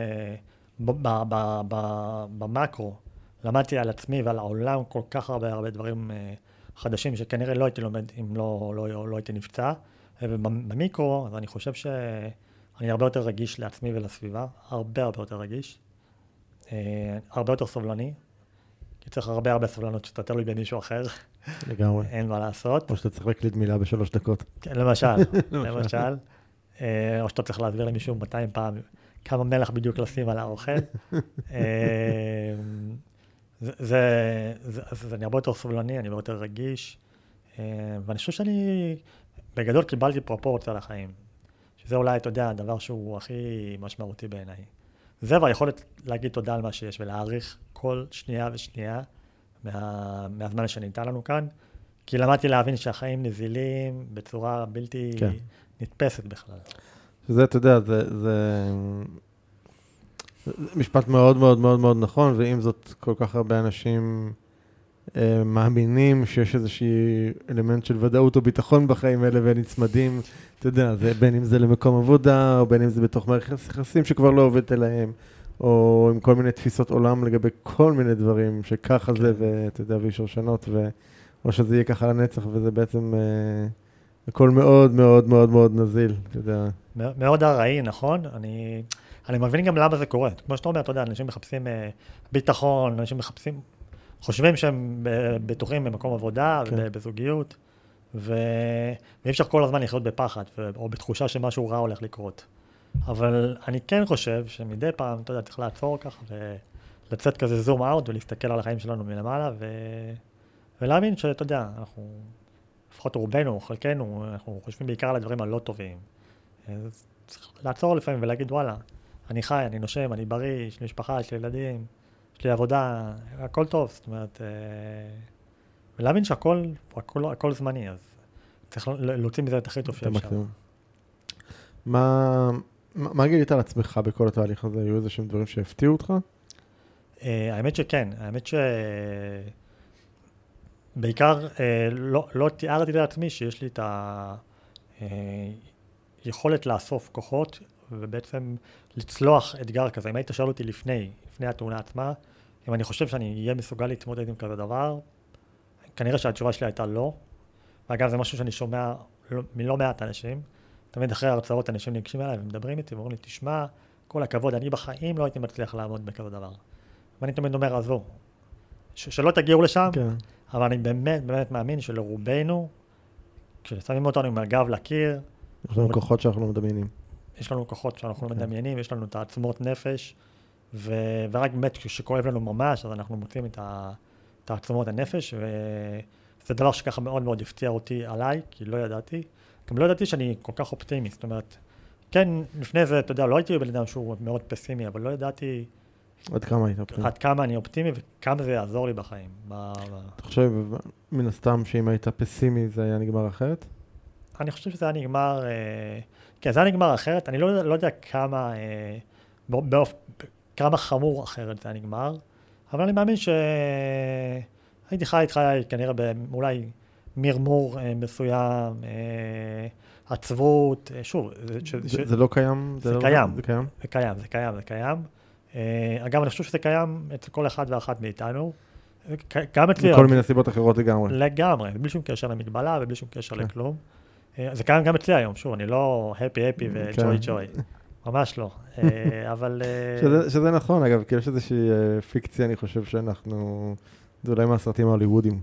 שבמקרו למדתי על עצמי ועל העולם כל כך הרבה דברים חדשים, שכנראה לא הייתי לומד אם לא הייתי נפצע. ובמיקרו, אז אני חושב שאני הרבה יותר רגיש לעצמי ולסביבה, הרבה יותר רגיש, הרבה יותר סובלני, כי צריך הרבה סובלנות שאתה תלוי במישהו אחר. לגמרי. אין מה לעשות. או שאתה צריך להקליד מילה ב3 דקות. כן, למשל. או שאתה צריך להסביר למישהו 200 פעם כמה מלח בדיוק לשים על האוכל. אז אני הרבה יותר סובלני, אני הרבה יותר רגיש, ואני חושב שאני בגדול קיבלתי פרופורציה לחיים, שזה אולי, אתה יודע, הדבר שהוא הכי משמעותי בעיניי. זה והיכולת להגיד תודה על מה שיש ולהעריך כל שנייה ושנייה מהזמן שניתן לנו כאן, כי למדתי להבין שהחיים נזילים בצורה בלתי נתפסת בכלל. שזה, אתה יודע, זה משפט מאוד מאוד מאוד מאוד נכון, ועם זאת כל כך הרבה אנשים מאמינים שיש איזושהי אלמנט של ודאות או ביטחון בחיים האלה, ונצמדים, אתה יודע, בין אם זה למקום עבודה, או בין אם זה בתוך מערכת יחסים שכבר לא עובדת אליהם, או עם כל מיני תפיסות עולם לגבי כל מיני דברים, שככה זה, ואתה יודע, ואי אפשר לשנות, או שזה יהיה ככה לנצח, וזה בעצם הכל מאוד מאוד מאוד מאוד נזיל, אתה יודע. מאוד הרעי, נכון? אני מבין גם למה זה קורה. כמו שאתה אומר, אתה יודע, אנשים מחפשים ביטחון, אנשים חושבים שהם בטוחים במקום עבודה, בזוגיות, ואי אפשר כל הזמן לחיות בפחד, או בתחושה שמשהו רע הולך לקרות. אבל אני כן חושב שמדי פעם, אתה יודע, צריך לעצור ככה ולצאת כזה זום אאוט ולהסתכל על החיים שלנו מלמעלה ולהאמין שאתה יודע, אנחנו, לפחות רובנו, חלקנו, אנחנו חושבים בעיקר על הדברים הלא טובים. אז צריך לעצור לפעמים ולהגיד, וואלה, אני חי, אני נושם, אני בריא, יש לי משפחה, יש לי ילדים, יש לי עבודה, הכל טוב, זאת אומרת, ולהבין שהכל זמני, אז צריך להוציא מזה את הכי טוב שאפשר. מה גילית על עצמך בכל התהליך הזה? היו איזה שהם דברים שהפתיעו אותך? האמת שכן, האמת שבעיקר לא תיארתי לעצמי שיש לי את היכולת לאסוף כוחות ובעצם לצלוח אתגר כזה. אם היית שואל אותי לפני התאונה עצמה, אם אני חושב שאני אהיה מסוגל להתמודד עם כזה דבר, כנראה שהתשובה שלי הייתה לא. ואגב, זה משהו שאני שומע מלא מעט אנשים. תמיד אחרי ההרצאות אנשים ניגשים אליי ומדברים איתי ואומרים לי, תשמע, כל הכבוד, אני בחיים לא הייתי מצליח לעמוד בכזה דבר. ואני תמיד אומר, עזבו, שלא תגיעו לשם, כן. אבל אני באמת מאמין שלרובנו, כששמים אותנו עם הגב לקיר, יש לנו כוחות שאנחנו לא מדמיינים. יש לנו כוחות שאנחנו לא מדמיינים, יש לנו תעצומות נפש, ורק באמת כשכואב לנו ממש, אז אנחנו מוצאים את תעצומות הנפש, וזה דבר שככה מאוד מאוד הפתיע אותי עליי, כי לא ידעתי. גם לא ידעתי שאני כל כך אופטימי, זאת אומרת, כן, לפני זה, אתה יודע, לא הייתי בן אדם שהוא מאוד פסימי, אבל לא ידעתי עד כמה היית אופטימי. עד כמה אני אופטימי וכמה זה יעזור לי בחיים. אתה חושב, מן הסתם, שאם היית פסימי זה היה נגמר אחרת? אני חושב שזה היה נגמר, כן, זה היה נגמר אחרת, אני לא יודע כמה חמור אחרת זה היה נגמר, אבל אני מאמין שהייתי חי איתך כנראה אולי מרמור מסוים, עצבות, שוב. זה לא קיים? זה קיים. אגב, אני חושב שזה קיים אצל כל אחד ואחת מאיתנו. מכל מיני סיבות אחרות לגמרי. לגמרי, בלי שום קשר למגבלה ובלי שום קשר לכלום. זה קיים גם אצלי היום, שוב, אני לא הפי וג'וי. ממש לא. אבל... שזה נכון, אגב, כי יש איזושהי פיקציה, אני חושב שאנחנו, זה אולי מהסרטים ההוליוודיים.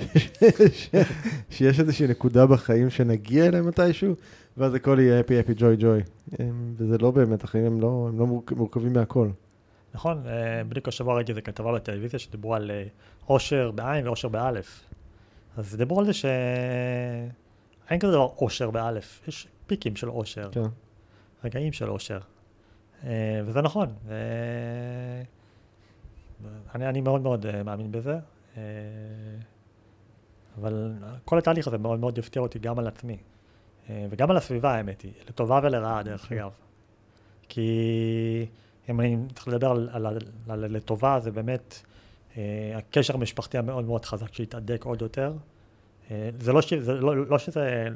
שיש איזושהי נקודה בחיים שנגיע אליהם מתישהו, ואז הכל יהיה הפי ג'וי. וזה לא באמת, החיים הם לא מורכבים מהכל. נכון, בדיוק השבוע ראיתי איזה כתבה בטלוויזיה שדיברו על אושר בעין ואושר באלף. אז דיברו על זה שאין כזה דבר אושר באלף, יש פיקים של אושר, רגעים של אושר. וזה נכון. אני מאוד מאוד מאמין בזה. אבל כל התהליך הזה מאוד מאוד הפתיע אותי גם על עצמי, וגם על הסביבה האמת היא, לטובה ולרעה דרך אגב. כי אם אני צריך לדבר על לטובה, זה באמת הקשר המשפחתי המאוד מאוד חזק שהתעדק עוד יותר. זה לא שזה,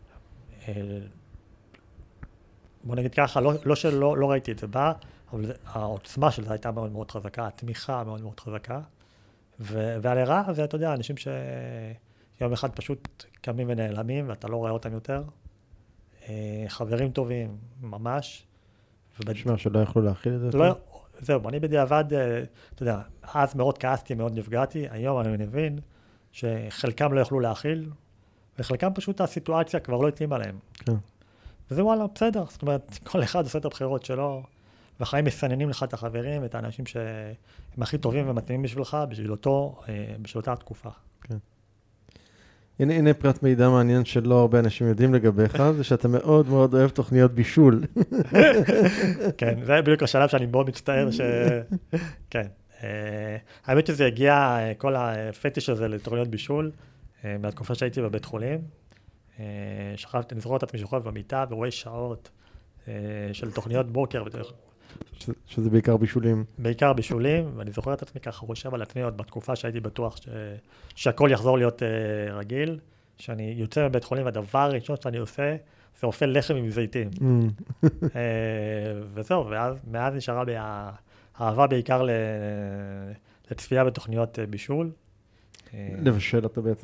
בוא נגיד ככה, לא שלא ראיתי את זה בה, אבל העוצמה של זה הייתה מאוד מאוד חזקה, התמיכה מאוד מאוד חזקה. ועל הרע זה, אתה יודע, אנשים שיום אחד פשוט קמים ונעלמים, ואתה לא רואה אותם יותר. חברים טובים, ממש. נשמע שלא יכלו להכיל את זה? לא, זהו, אני בדיעבד, אתה יודע, אז מאוד כעסתי, מאוד נפגעתי, היום אני מבין שחלקם לא יכלו להכיל, וחלקם פשוט הסיטואציה כבר לא התאימה להם. כן. וזה וואלה, בסדר, זאת אומרת, כל אחד עושה את הבחירות שלו, והחיים מסננים לך את החברים, את האנשים שהם הכי טובים ומתאימים בשבילך, בשביל אותה התקופה. כן. הנה פרט מידע מעניין שלא הרבה אנשים יודעים לגביך, זה שאתה מאוד מאוד אוהב תוכניות בישול. כן, זה בדיוק השלב שאני מאוד מצטער כן. האמת שזה הגיע, כל הפטיש הזה לתוכניות בישול, מהתקופה שהייתי בבית חולים. אני זוכר את עצמי שוכב במיטה ורואה שעות של תוכניות בוקר. שזה בעיקר בישולים. בעיקר בישולים, ואני זוכר את עצמי ככה חושב על עצמי עוד בתקופה שהייתי בטוח שהכל יחזור להיות רגיל, שאני יוצא מבית חולים והדבר הראשון שאני עושה זה אופה לחם עם זיתים. וזהו, ומאז נשארה בי האהבה בעיקר לצפייה בתוכניות בישול. לבשל אתה בעצם?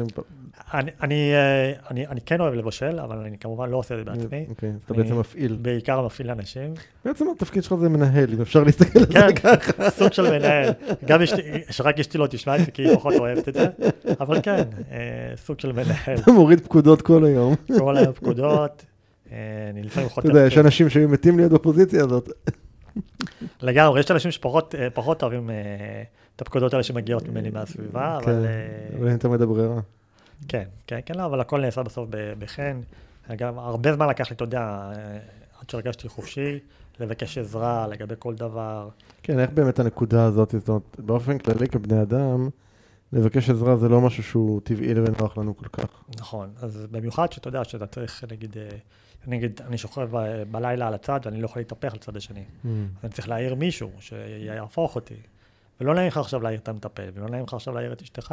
אני כן אוהב לבשל, אבל אני כמובן לא עושה את זה בעצמי. אוקיי, אתה בעצם מפעיל. בעיקר מפעיל לאנשים. בעצם התפקיד שלך זה מנהל, אם אפשר להסתכל על זה ככה. כן, סוג של מנהל. גם שרק אשתי לא תשמע את זה, כי היא פחות אוהבת את זה. אבל כן, סוג של מנהל. אתה מוריד פקודות כל היום. כל היום פקודות. אני לפעמים חוטף... אתה יודע, יש אנשים שהיו מתים להיות בפוזיציה הזאת. לגמרי, יש אנשים שפחות אוהבים את הפקודות האלה שמגיעות ממני מהסביבה, אבל... אבל אין תמיד הברירה. כן, לא, אבל הכל נעשה בסוף בחן. אגב, הרבה זמן לקח לי, אתה יודע, עד שהרגשתי חופשי, לבקש עזרה לגבי כל דבר. כן, איך באמת הנקודה הזאת, זאת אומרת, באופן כללי כבני אדם, לבקש עזרה זה לא משהו שהוא טבעי ונוח לנו כל כך. נכון, אז במיוחד שאתה יודע שאתה צריך, נגיד, אני שוכב בלילה על הצד ואני לא יכול להתהפך לצד השני. אז אני צריך להעיר מישהו שיהפוך אותי. ולא נעים לך עכשיו להעיר את המטפל, ולא נעים לך עכשיו להעיר את אשתך.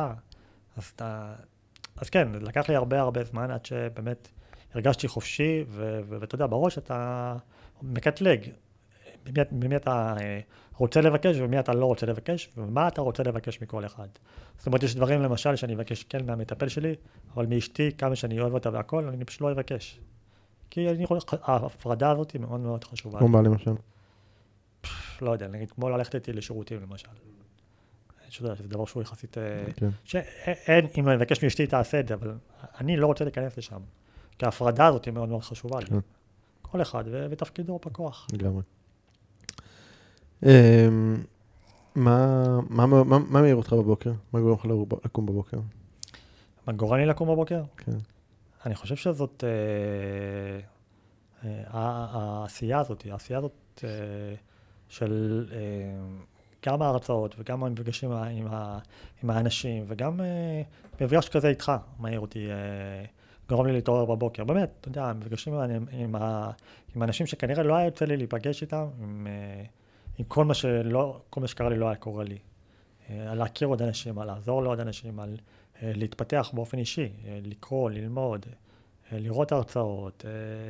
אז כן, לקח לי הרבה זמן עד שבאמת הרגשתי חופשי, ואתה יודע, בראש אתה מקטלג. במי אתה רוצה לבקש ומי אתה לא רוצה לבקש, ומה אתה רוצה לבקש מכל אחד. זאת אומרת, יש דברים למשל שאני אבקש כן מהמטפל שלי, אבל מאשתי, כמה שאני אוהב אותה והכל, אני פשוט לא אבקש. כי ההפרדה הזאת היא מאוד מאוד חשובה. כמו מה למשל? לא יודע, נגיד, כמו ללכת איתי לשירותים למשל. זה דבר שהוא יחסית... שאין, אם אני מבקש מאשתי תעשה את זה, אבל אני לא רוצה להיכנס לשם. כי ההפרדה הזאת היא מאוד מאוד חשובה לי. כל אחד ותפקידו בכוח. לגמרי. מה מעיר אותך בבוקר? מה גורם לך לקום בבוקר? מה גורם לי לקום בבוקר? כן. אני חושב שזאת העשייה הזאת של גם ההרצאות וגם המפגשים עם האנשים וגם מפגש כזה איתך, מעיר אותי, גורם לי להתעורר בבוקר. באמת, אתה יודע, מפגשים עם אנשים שכנראה לא היה יוצא לי להיפגש איתם, עם כל מה שקרה לי לא היה קורה לי. על להכיר עוד אנשים, על לעזור לעוד אנשים, על להתפתח באופן אישי, לקרוא, ללמוד, לראות הרצאות.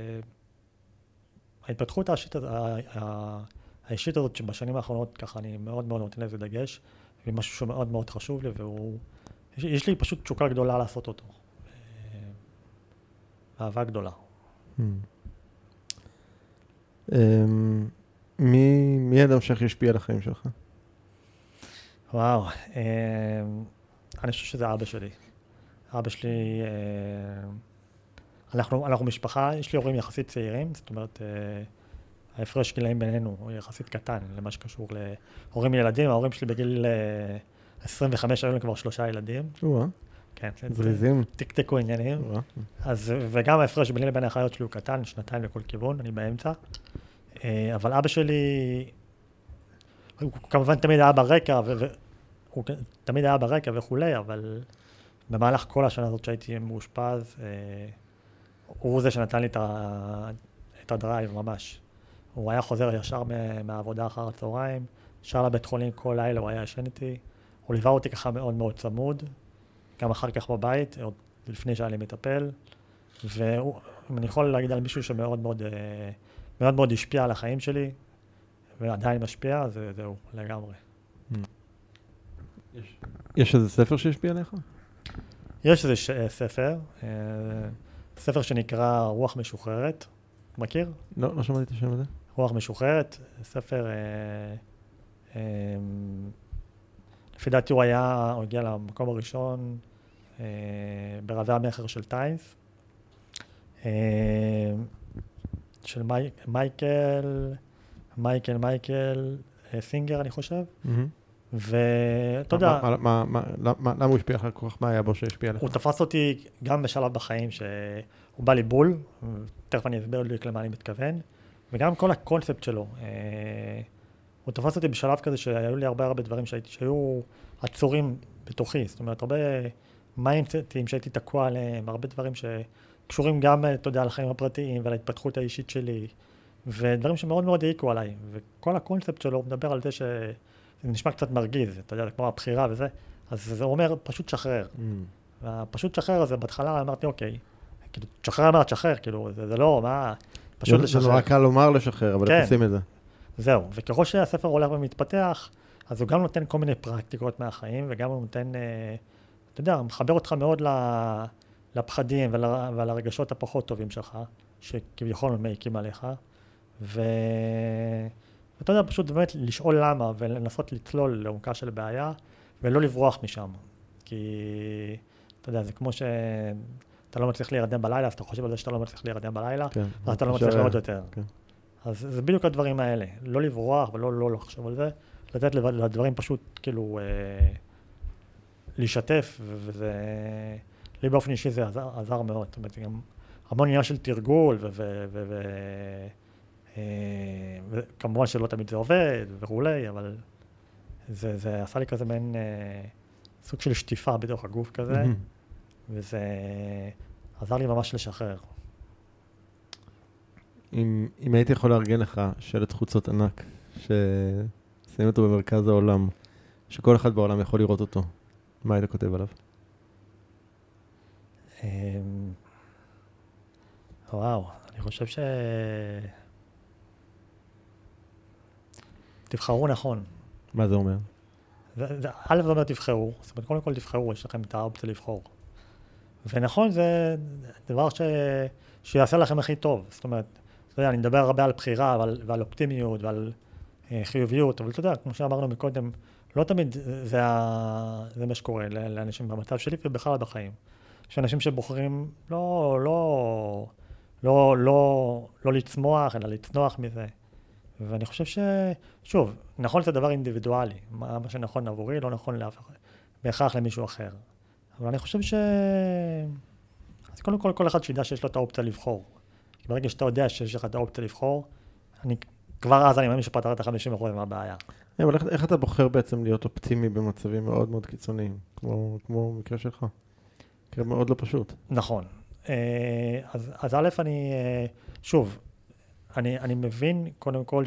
ההתפתחות האישית הזאת שבשנים האחרונות ככה אני מאוד מאוד נותן לזה דגש, ומשהו שהוא מאוד מאוד חשוב לי, יש לי פשוט תשוקה גדולה לעשות אותו. אהבה גדולה. מי האדם שהכי השפיע על החיים שלך? וואו, אני חושב שזה אבא שלי. אבא שלי, אנחנו משפחה, יש לי הורים יחסית צעירים, זאת אומרת, ההפרש גילאים בינינו הוא יחסית קטן למה שקשור להורים ילדים. ההורים שלי בגיל 25 היו להם כבר 3 ילדים. כן, זריזים. תקתקו עניינים. וגם ההפרש ביני לבין האחיות שלי הוא קטן, 2 לכל כיוון, אני באמצע. אבל אבא שלי, הוא כמובן תמיד היה ברקע, הוא תמיד היה ברקע וכולי, אבל במהלך כל השנה הזאת שהייתי מאושפז, הוא זה שנתן לי את הדרייב ממש. הוא היה חוזר ישר מהעבודה אחר הצהריים, שר לבית חולים כל לילה, הוא היה ישן איתי, הוא ליווה אותי ככה מאוד מאוד צמוד, גם אחר כך בבית, עוד לפני שהיה לי מטפל, ואם אני יכול להגיד על מישהו שמאוד מאוד השפיע על החיים שלי, ועדיין משפיע, אז זהו, לגמרי. יש איזה ספר שהשפיע עליך? יש איזה ספר שנקרא רוח משוחררת, מכיר? לא שמעתי את השם הזה. רוח משוחררת, ספר, לפי דעתי הוא הגיע למקום הראשון ברבי המכר של טיימס, של מייקל סינגר, אני חושב. ואתה יודע... למה הוא השפיע לך כל כך? מה היה בו שהשפיע עליך? הוא תפס אותי גם בשלב בחיים שהוא בא לי בול, תכף אני אסביר לי למה אני מתכוון, וגם כל הקונספט שלו. הוא תפס אותי בשלב כזה שהיו לי הרבה דברים שהיו עצורים בתוכי, זאת אומרת, הרבה מיינדסטים שהייתי תקוע עליהם, הרבה דברים שקשורים גם, אתה יודע, לחיים הפרטיים ולהתפתחות האישית שלי, ודברים שמאוד מאוד העיקו עליי, וכל הקונספט שלו הוא מדבר על זה שזה נשמע קצת מרגיז, אתה יודע, כמו הבחירה וזה, אז זה אומר פשוט שחרר. והפשוט שחרר הזה, בהתחלה אמרתי, אוקיי, כאילו, תשחרר, כאילו, זה לא, מה, פשוט לשחרר. זה נורא קל לומר לשחרר, אבל איך עושים את זה? זהו, וככל שהספר הולך ומתפתח, אז הוא גם נותן כל מיני פרקטיקות מהחיים, וגם הוא נותן, אתה יודע, מחבר אותך מאוד לפחדים ולרגשות הפחות טובים שלך, שכביכול מעיקים עליך, ואתה יודע, פשוט באמת לשאול למה, ולנסות לצלול לעומקה של בעיה, ולא לברוח משם. כי, אתה יודע, זה כמו אתה לא מצליח להירדם בלילה, אז אתה חושב על זה שאתה לא מצליח להירדם בלילה, כן. אז אתה לא מצליח לראות יותר. כן. אז זה בדיוק הדברים האלה, לא לברוח ולא לא לחשוב על זה, לתת לדברים פשוט כאילו להשתף, וזה, לי באופן אישי זה עזר מאוד, זאת אומרת, גם המון עניין של תרגול, וכמובן שלא תמיד זה עובד וכולי, אבל זה עשה לי כזה מעין סוג של שטיפה בתוך הגוף כזה, וזה עזר לי ממש לשחרר. אם הייתי יכול לארגן לך שלט חוצות ענק, ששמים אותו במרכז העולם, שכל אחד בעולם יכול לראות אותו, מה היית כותב עליו? וואו, אני חושב תבחרו נכון. מה זה אומר? א' זה אומר תבחרו, זאת אומרת, קודם כל תבחרו, יש לכם את האופציה לבחור. ונכון, זה דבר שיעשה לכם הכי טוב. זאת אומרת, אתה יודע, אני מדבר הרבה על בחירה ועל אופטימיות ועל חיוביות, אבל אתה יודע, כמו שאמרנו מקודם, לא תמיד זה מה שקורה לאנשים במצב שלי ובכלל בחיים. יש אנשים שבוחרים לא לצמוח, אלא לצנוח מזה. ואני חושב שוב, נכון זה דבר אינדיבידואלי, מה שנכון עבורי, לא נכון בהכרח למישהו אחר. אבל אני חושב אז קודם כל אחד שידע שיש לו את האופציה לבחור. כי ברגע שאתה יודע שיש לך את האופציה לבחור, כבר אז אני מאמין שפתרת 50% מהבעיה. אבל איך אתה בוחר בעצם להיות אופטימי במצבים מאוד מאוד קיצוניים, כמו מקרה שלך? מקרה מאוד לא פשוט. נכון. אז א', שוב, אני מבין קודם כל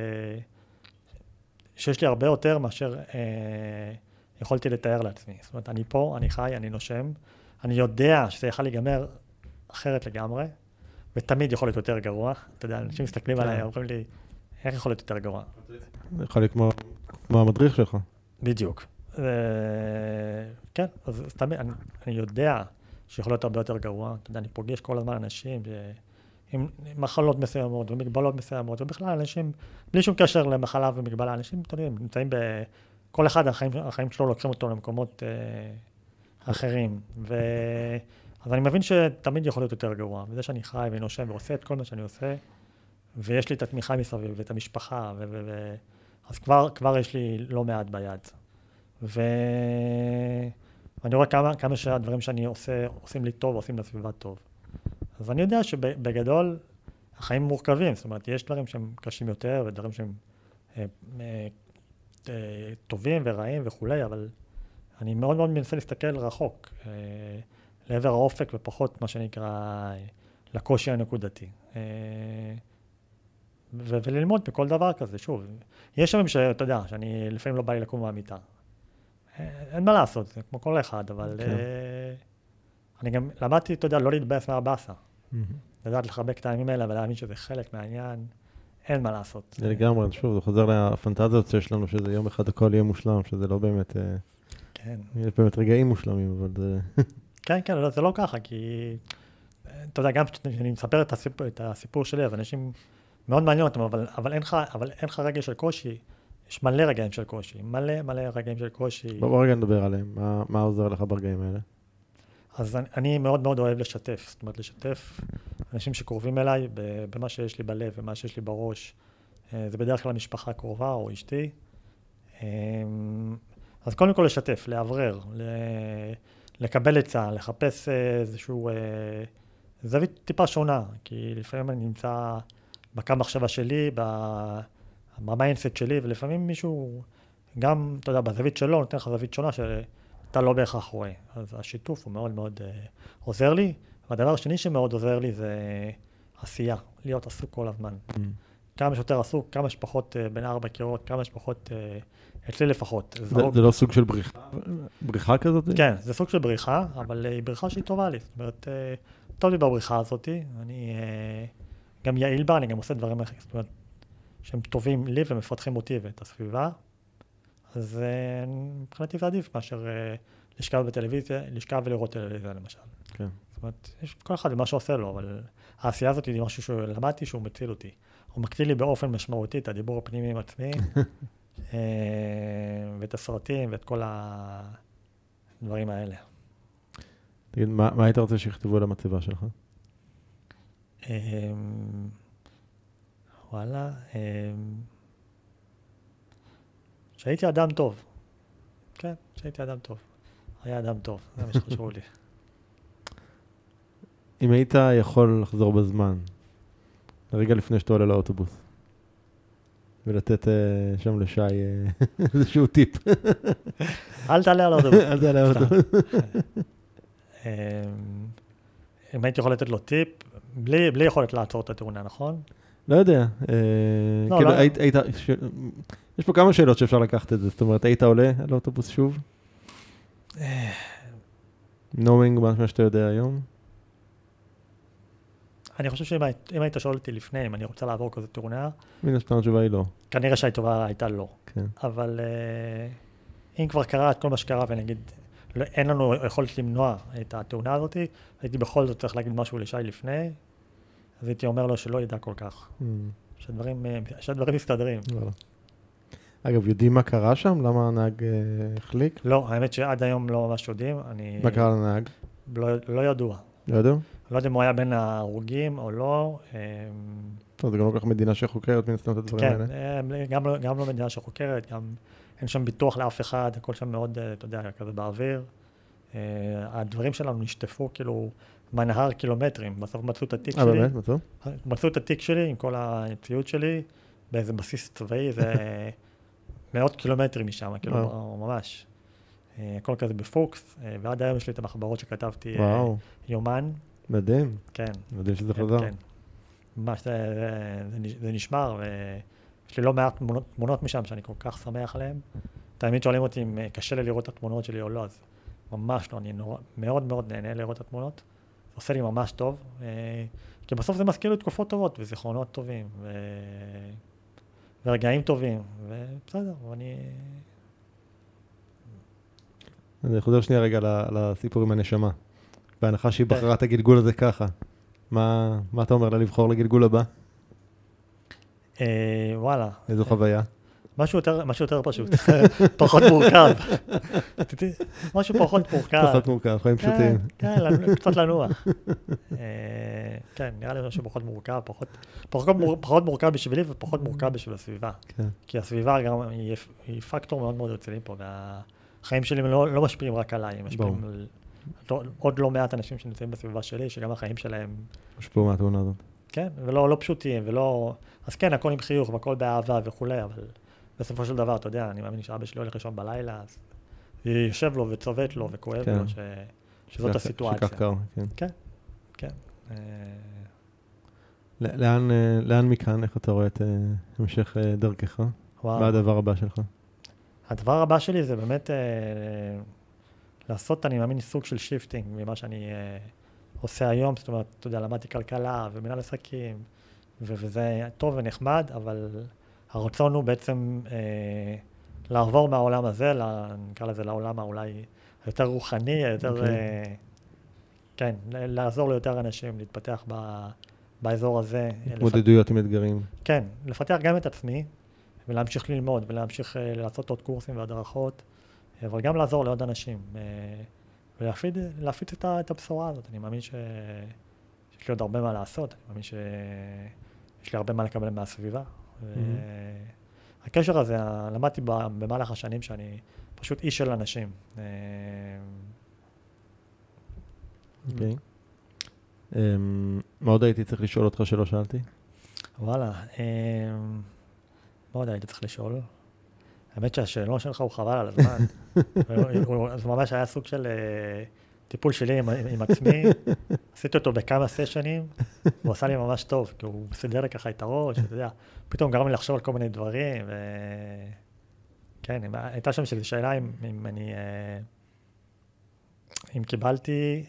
שיש לי הרבה יותר מאשר יכולתי לתאר לעצמי. זאת אומרת, אני פה, אני חי, אני נושם, אני יודע שזה יכול להיגמר אחרת לגמרי, ותמיד יכול להיות יותר גרוע. אתה יודע, אנשים מסתכלים עליי, אומרים לי, איך יכול להיות יותר גרוע? זה יכול להיות כמו המדריך שלך. בדיוק. כן, אז תמיד, אני יודע שיכול להיות הרבה יותר גרוע. אתה יודע, אני פוגש כל הזמן אנשים עם מחלות מסוימות ומגבלות מסוימות, ובכלל אנשים, בלי שום קשר למחלה ומגבלה, אנשים, אתה יודע, נמצאים כל אחד, החיים שלו לוקחים אותו למקומות אחרים. אז אני מבין שתמיד יכול להיות יותר גרוע. וזה שאני חי ונושם ועושה את כל מה שאני עושה, ויש לי את התמיכה מסביב ואת המשפחה, אז כבר יש לי לא מעט ביד. ואני רואה כמה שהדברים שאני עושים לי טוב, עושים לסביבה טוב. אז אני יודע שבגדול החיים מורכבים, זאת אומרת, יש דברים שהם קשים יותר ודברים שהם טובים ורעים וכולי, אבל אני מאוד מאוד מנסה להסתכל רחוק, לעבר האופק ופחות מה שנקרא לקושי הנקודתי. וללמוד בכל דבר כזה, שוב. יש ימים שאתה יודע, שאני לפעמים לא בא לי לקום מהמיטה. אין מה לעשות, זה כמו כל אחד, אבל אני גם למדתי, אתה יודע, לא להתבאס מהבאסה. לדעת לחבק את הימים האלה ולהאמין שזה חלק מהעניין, אין מה לעשות. זה לגמרי, שוב, זה חוזר לפנטזיות שיש לנו, שזה יום אחד הכל יהיה מושלם, שזה לא באמת, כן. יש באמת רגעים מושלמים, אבל זה... כן, זה לא ככה, כי אתה יודע, גם כשאני מספר את הסיפור שלי, אז אנשים מאוד מעניין אותם, אבל אין לך רגע של קושי, יש מלא רגעים של קושי, מלא רגעים של קושי. בוא רגע נדבר עליהם, מה עוזר לך ברגעים האלה? אז אני מאוד מאוד אוהב לשתף, זאת אומרת לשתף אנשים שקרובים אליי במה שיש לי בלב ומה שיש לי בראש. זה בדרך כלל משפחה קרובה או אשתי. אז קודם כל לשתף, לאוורר, לקבל עצה, לחפש איזשהו זווית טיפה שונה, כי לפעמים אני נמצא בקו מחשבה שלי, במיינדסט שלי, ולפעמים מישהו גם, אתה יודע, בזווית שלו, נותן לך זווית שונה שאתה לא בהכרח רואה. אז השיתוף הוא מאוד מאוד עוזר לי. והדבר השני שמאוד עוזר לי זה עשייה, להיות עסוק כל הזמן. כמה שיותר עסוק, כמה שפחות בין 4 קירות, כמה שפחות, אצלי לפחות. זה לא סוג של בריחה כזאת? כן, זה סוג של בריחה, אבל היא בריחה שהיא טובה לי. זאת אומרת, טוב לי בבריחה הזאת, אני גם יעיל בה, אני גם עושה דברים זאת אומרת, שהם טובים לי ומפתחים אותי ואת הסביבה. אז מבחינתי זה עדיף מאשר לשכב בטלוויזיה, לשכב ולראות טלוויזיה למשל. כן. זאת אומרת, יש כל אחד ומה שעושה לו, אבל העשייה הזאת היא משהו שלמדתי שהוא מציל אותי. הוא מקטין לי באופן משמעותי את הדיבור הפנימי עם עצמי, ואת הסרטים ואת כל הדברים האלה. תגיד, מה היית רוצה שיכתבו על המצבה שלך? וואלה, שהייתי אדם טוב. כן, שהייתי אדם טוב. היה אדם טוב, זה מה שחשוב לי. אם היית יכול לחזור בזמן, לרגע לפני שאתה עולה לאוטובוס, ולתת שם לשי איזשהו טיפ. אל תעלה על האוטובוס. אל תעלה על האוטובוס. אם הייתי יכול לתת לו טיפ, בלי יכולת לעצור את התאונה, נכון? לא יודע. כאילו, לא. היית... יש פה כמה שאלות שאפשר לקחת את זה. זאת אומרת, היית עולה על האוטובוס שוב? knowing מה שאתה יודע היום? אני חושב שאם היית שואל אותי לפני, אם אני רוצה לעבור כזו תאונה, מן הסתם התשובה היא לא. כנראה שהתשובה הייתה לא. כן. אבל אם כבר קרה את כל מה שקרה, ונגיד, אין לנו יכולת למנוע את התאונה הזאת, הייתי בכל זאת צריך להגיד משהו לשי לפני, אז הייתי אומר לו שלא ידע כל כך. שהדברים מסתדרים. אגב, יודעים מה קרה שם? למה הנהג החליק? לא, האמת שעד היום לא ממש יודעים. מה קרה לנהג? לא ידוע. לא ידעו? לא יודע אם הוא היה בין ההרוגים או לא. טוב, זה גם לא כל כך מדינה שחוקרת מן הסתם את הדברים האלה. כן, גם לא מדינה שחוקרת, גם אין שם ביטוח לאף אחד, הכל שם מאוד, אתה יודע, כזה באוויר. הדברים שלנו נשטפו כאילו מהנהר קילומטרים, בסוף מצאו את התיק שלי. באמת? מצאו? מצאו את התיק שלי עם כל הציוד שלי, באיזה בסיס צבאי, זה מאות קילומטרים משם, כאילו ממש. הכל כזה בפוקס, ועד היום יש לי את המחברות שכתבתי יומן. מדהים. כן. מדהים שזה חזר. כן. ממש זה נשמר, ויש לי לא מעט תמונות משם שאני כל כך שמח עליהן. תמיד שואלים אותי אם קשה לי לראות את התמונות שלי או לא, אז ממש לא, אני מאוד מאוד נהנה לראות את התמונות. זה עושה לי ממש טוב, כי בסוף זה מזכיר לי תקופות טובות וזיכרונות טובים, ורגעים טובים, ובסדר, אני חוזר שנייה רגע לסיפור עם הנשמה. בהנחה שהיא בחרה את הגלגול הזה ככה. מה אתה אומר לה לבחור לגלגול הבא? וואלה. איזו חוויה? משהו יותר פשוט, פחות מורכב. משהו פחות מורכב. פחות מורכב, חיים פשוטים. כן, קצת לנוח. כן, נראה לי משהו פחות מורכב, פחות מורכב בשבילי ופחות מורכב בשביל הסביבה. כי הסביבה גם היא פקטור מאוד מאוד רציני פה, והחיים שלי לא משפיעים רק עליי, הם משפיעים על עוד לא מעט אנשים שנמצאים בסביבה שלי, שגם החיים שלהם משפיעו מהתאונה הזאת. כן, ולא פשוטים, אז כן, הכל עם חיוך והכל באהבה וכולי, אבל בסופו של דבר, אתה יודע, אני מאמין שאבא שלי הולך לישון בלילה, אז יושב לו וצובט לו וכואב לו שזאת הסיטואציה. שכך קרה, כן. כן, כן. לאן מכאן, איך אתה רואה את המשך דרכך? מה הדבר הבא שלך? הדבר הבא שלי זה באמת לעשות, אני מאמין, סוג של שיפטינג ממה שאני עושה היום, זאת אומרת, אתה יודע, למדתי כלכלה ומנהל עסקים, וזה טוב ונחמד, אבל הרצון הוא בעצם לעבור מהעולם הזה, נקרא לזה לעולם האולי יותר רוחני, יותר, כן, לעזור ליותר אנשים, להתפתח באזור הזה. התמודדויות עם אתגרים. כן, לפתח גם את עצמי, ולהמשיך ללמוד, ולהמשיך לעשות עוד קורסים והדרכות, אבל גם לעזור לעוד אנשים, ולהפיץ את הבשורה הזאת. אני מאמין שיש לי עוד הרבה מה לעשות, אני מאמין שיש לי הרבה מה לקבל מהסביבה. הקשר הזה, למדתי במהלך השנים שאני פשוט איש של אנשים. אוקיי. מה עוד הייתי צריך לשאול אותך שלא שאלתי? וואלה, מה עוד הייתי צריך לשאול? האמת שהשאלון שלך הוא חבל על הזמן. זה ממש היה סוג של טיפול שלי עם עצמי. עשיתי אותו בכמה סשנים, הוא עשה לי ממש טוב, כי הוא מסדר לי ככה את הראש, אתה יודע, פתאום גרם לי לחשוב על כל מיני דברים, כן, הייתה שם שזו שאלה אם קיבלתי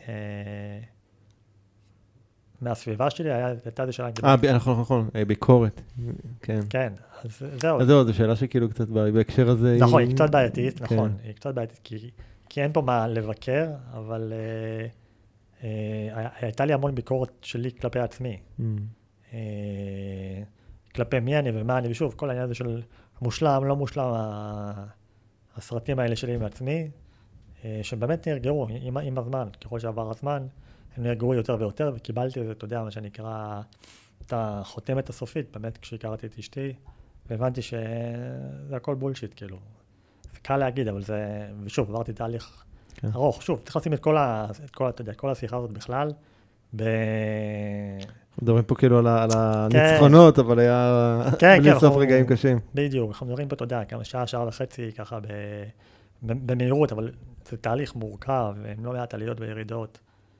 מהסביבה שלי, הייתה זו שאלה אם קיבלתי. נכון, ביקורת, כן. כן, אז זהו. אז זהו, זו שאלה שכאילו קצת בהקשר הזה. נכון, היא קצת בעייתית, נכון, היא קצת בעייתית, כי אין פה מה לבקר, אבל הייתה לי המון ביקורת שלי כלפי עצמי. כלפי מי אני ומה אני, ושוב, כל העניין הזה של מושלם, לא מושלם, הסרטים האלה שלי עם עצמי, שבאמת נרגעו עם הזמן, ככל שעבר הזמן, הם נרגעו יותר ויותר, וקיבלתי את זה, אתה יודע, מה שנקרא, את החותמת הסופית, באמת כשהכרתי את אשתי, והבנתי שזה הכל בולשיט, כאילו. זה קל להגיד, אבל זה, ושוב, עברתי תהליך ארוך. שוב, צריך לשים את כל אתה יודע, כל השיחה הזאת בכלל, מדברים פה כאילו על הניצחונות, אבל היה בלי סוף רגעים קשים. בדיוק, אנחנו מדברים פה, אתה יודע, כמה שעה וחצי, ככה במהירות, אבל זה תהליך מורכב, עם לא מעט עליות וירידות,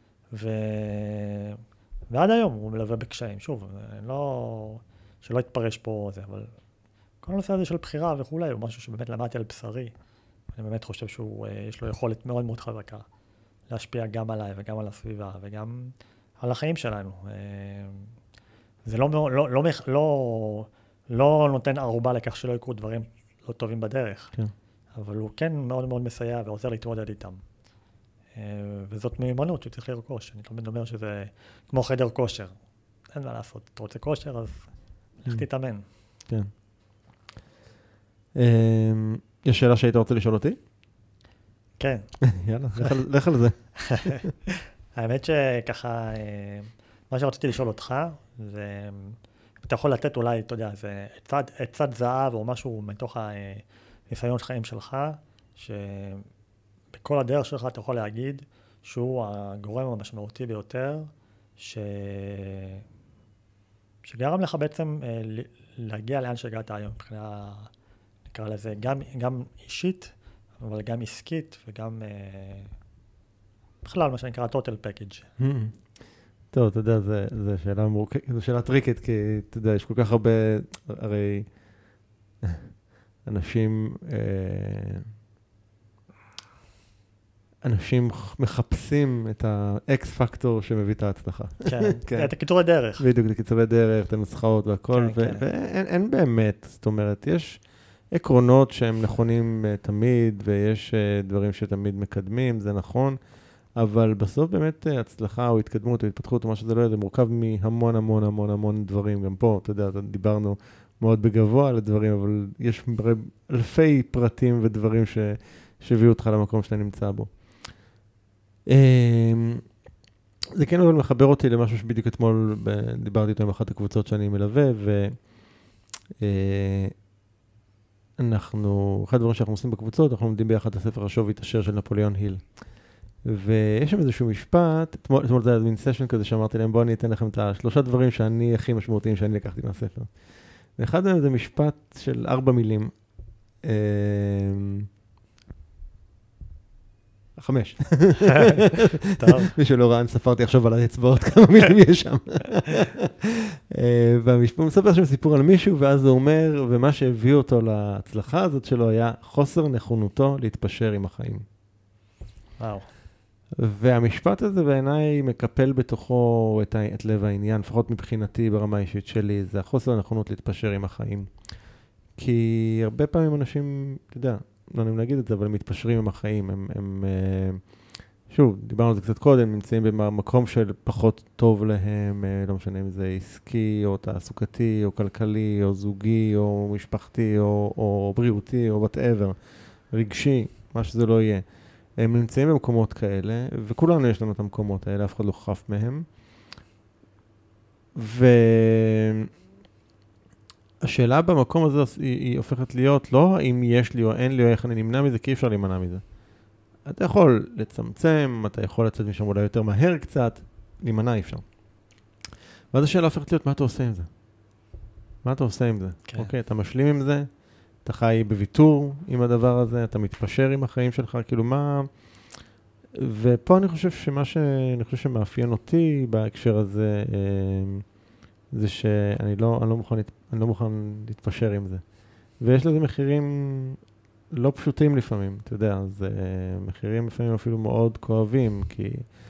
ועד היום הוא מלווה בקשיים. שוב, שלא יתפרש פה זה, אבל כל הנושא הזה של בחירה וכולי, הוא משהו שבאמת למדתי על בשרי. אני באמת חושב שיש לו יכולת מאוד מאוד חזקה להשפיע גם עליי וגם על הסביבה וגם על החיים שלנו. זה לא נותן ערובה לכך שלא יקרו דברים לא טובים בדרך, כן. אבל הוא כן מאוד מאוד מסייע ועוזר להתמודד איתם. וזאת מיומנות שצריך לרכוש. אני תמיד אומר שזה כמו חדר כושר. אין מה לעשות. אתה רוצה כושר, אז לך תתאמן. כן. יש שאלה שהיית רוצה לשאול אותי? כן. יאללה, לך על זה. האמת שככה, מה שרציתי לשאול אותך, זה, אתה יכול לתת אולי, אתה יודע, זה עצת זהב או משהו מתוך הניסיון חיים שלך, שבכל הדרך שלך אתה יכול להגיד שהוא הגורם המשמעותי ביותר, שגרם לך בעצם להגיע לאן שהגעת היום, מבחינה, נקרא לזה, גם אישית, אבל גם עסקית וגם בכלל מה שנקרא total package. טוב, אתה יודע, זו שאלה זו שאלה טריקית, כי אתה יודע, יש כל כך הרבה, הרי אנשים מחפשים את האקס פקטור שמביא את ההצלחה. כן, את הקיצורי דרך. בדיוק, את הקיצורי דרך, את הנוסחאות והכל, ואין באמת, זאת אומרת, יש עקרונות שהם נכונים תמיד, ויש דברים שתמיד מקדמים, זה נכון, אבל בסוף באמת הצלחה או התקדמות או התפתחות או מה שזה לא יהיה, זה מורכב מהמון המון המון המון דברים. גם פה, אתה יודע, דיברנו מאוד בגבוה על הדברים, אבל יש אלפי פרטים ודברים שהביאו אותך למקום שאתה נמצא בו. זה כן אבל מחבר אותי למשהו שבדיוק אתמול דיברתי איתו עם אחת הקבוצות שאני מלווה, אחד הדברים שאנחנו עושים בקבוצות, אנחנו לומדים ביחד את הספר השווי התעשר של נפוליאון היל. ויש שם איזשהו משפט, אתמול זה היה מין סשן כזה שאמרתי להם, בואו אני אתן לכם את השלושה דברים שאני הכי משמעותיים שאני לקחתי מהספר. ואחד מהם זה משפט של 4 מילים. 5. מי שלא ראה, אני ספרתי עכשיו על האצבעות כמה מילים יש שם. והמשפט מספר שם סיפור על מישהו, ואז הוא אומר, ומה שהביא אותו להצלחה הזאת שלו היה חוסר נכונותו להתפשר עם החיים. וואו. והמשפט הזה בעיניי מקפל בתוכו את לב העניין, לפחות מבחינתי ברמה האישית שלי, זה החוסר הנכונות להתפשר עם החיים. כי הרבה פעמים אנשים, אתה יודע, לא נעים להגיד את זה, אבל הם מתפשרים עם החיים. הם שוב, דיברנו על זה קצת קודם, נמצאים במקום של פחות טוב להם, לא משנה אם זה עסקי או תעסוקתי או כלכלי או זוגי או משפחתי או בריאותי או whatever, רגשי, מה שזה לא יהיה. הם נמצאים במקומות כאלה, וכולנו יש לנו את המקומות האלה, אף אחד לא חף מהם. והשאלה במקום הזה היא הופכת להיות לא האם יש לי או אין לי או איך אני נמנע מזה, כי אי אפשר להימנע מזה. אתה יכול לצמצם, אתה יכול לצאת משם אולי יותר מהר קצת, להימנע אי אפשר. ואז השאלה הופכת להיות מה אתה עושה עם זה? מה אתה עושה עם זה? כן. אוקיי, אתה משלים עם זה? אתה חי בוויתור עם הדבר הזה, אתה מתפשר עם החיים שלך, כאילו מה... ופה אני חושב שמאפיין אותי בהקשר הזה, זה שאני לא מוכן להתפשר עם זה. ויש לזה מחירים לא פשוטים לפעמים, אתה יודע, אז מחירים לפעמים אפילו מאוד כואבים, כי